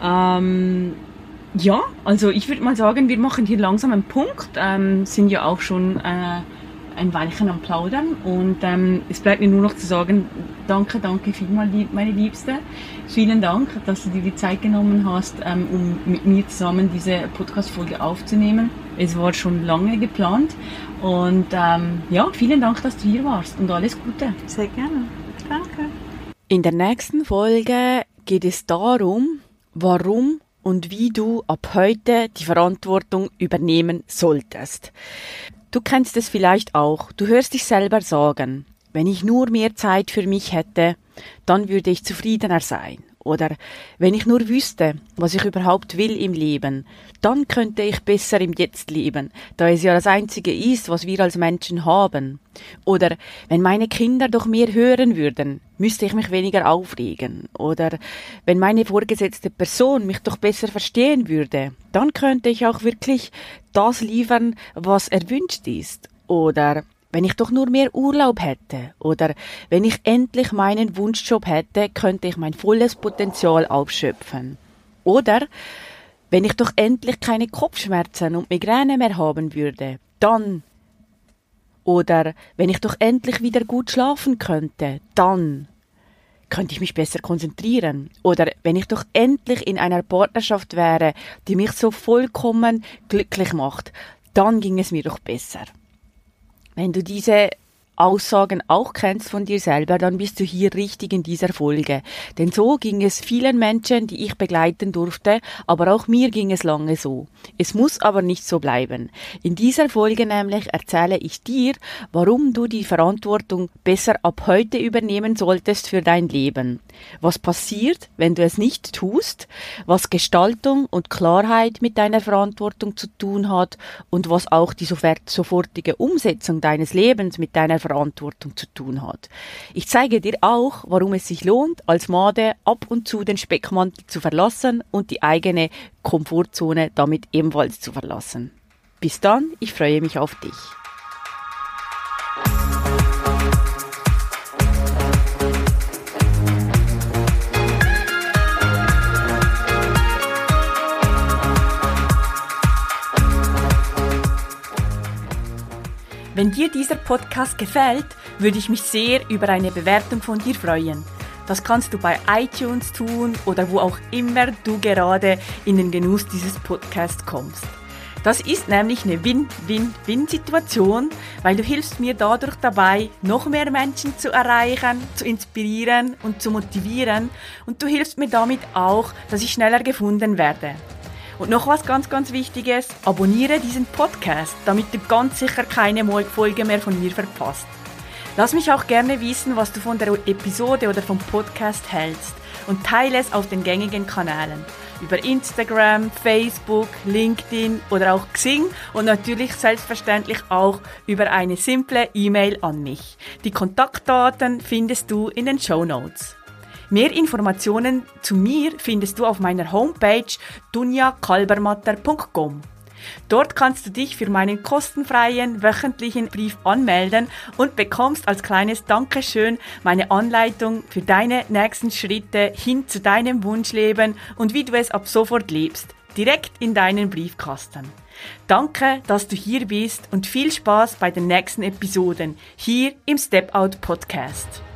Ja, also ich würde mal sagen, wir machen hier langsam einen Punkt, sind ja auch schon ein Weilchen am Plaudern und es bleibt mir nur noch zu sagen, danke vielmals, meine Liebste. Vielen Dank, dass du dir die Zeit genommen hast, um mit mir zusammen diese Podcast-Folge aufzunehmen. Es war schon lange geplant und ja, vielen Dank, dass du hier warst und alles Gute. Sehr gerne. Danke. In der nächsten Folge geht es darum, warum und wie du ab heute die Verantwortung übernehmen solltest. Du kennst es vielleicht auch. Du hörst dich selber sagen, wenn ich nur mehr Zeit für mich hätte, dann würde ich zufriedener sein. Oder wenn ich nur wüsste, was ich überhaupt will im Leben, dann könnte ich besser im Jetzt leben, da es ja das Einzige ist, was wir als Menschen haben. Oder wenn meine Kinder doch mehr hören würden, müsste ich mich weniger aufregen. Oder wenn meine vorgesetzte Person mich doch besser verstehen würde, dann könnte ich auch wirklich das liefern, was erwünscht ist. Oder wenn ich doch nur mehr Urlaub hätte oder wenn ich endlich meinen Wunschjob hätte, könnte ich mein volles Potenzial ausschöpfen. Oder wenn ich doch endlich keine Kopfschmerzen und Migräne mehr haben würde, dann. Oder wenn ich doch endlich wieder gut schlafen könnte, dann könnte ich mich besser konzentrieren. Oder wenn ich doch endlich in einer Partnerschaft wäre, die mich so vollkommen glücklich macht, dann ging es mir doch besser. Wenn du diese Aussagen auch kennst von dir selber, dann bist du hier richtig in dieser Folge. Denn so ging es vielen Menschen, die ich begleiten durfte, aber auch mir ging es lange so. Es muss aber nicht so bleiben. In dieser Folge nämlich erzähle ich dir, warum du die Verantwortung besser ab heute übernehmen solltest für dein Leben. Was passiert, wenn du es nicht tust, was Gestaltung und Klarheit mit deiner Verantwortung zu tun hat und was auch die sofortige Umsetzung deines Lebens mit deiner Verantwortung zu tun hat. Ich zeige dir auch, warum es sich lohnt, als Made ab und zu den Speckmantel zu verlassen und die eigene Komfortzone damit ebenfalls zu verlassen. Bis dann, ich freue mich auf dich. Wenn dir dieser Podcast gefällt, würde ich mich sehr über eine Bewertung von dir freuen. Das kannst du bei iTunes tun oder wo auch immer du gerade in den Genuss dieses Podcasts kommst. Das ist nämlich eine Win-Win-Win-Situation, weil du hilfst mir dadurch dabei, noch mehr Menschen zu erreichen, zu inspirieren und zu motivieren und du hilfst mir damit auch, dass ich schneller gefunden werde. Und noch was ganz, ganz Wichtiges, abonniere diesen Podcast, damit du ganz sicher keine Folge mehr von mir verpasst. Lass mich auch gerne wissen, was du von der Episode oder vom Podcast hältst und teile es auf den gängigen Kanälen. Über Instagram, Facebook, LinkedIn oder auch Xing und natürlich selbstverständlich auch über eine simple E-Mail an mich. Die Kontaktdaten findest du in den Shownotes. Mehr Informationen zu mir findest du auf meiner Homepage dunjakalbermatter.com. Dort kannst du dich für meinen kostenfreien wöchentlichen Brief anmelden und bekommst als kleines Dankeschön meine Anleitung für deine nächsten Schritte hin zu deinem Wunschleben und wie du es ab sofort lebst, direkt in deinen Briefkasten. Danke, dass du hier bist und viel Spaß bei den nächsten Episoden hier im Step Out Podcast.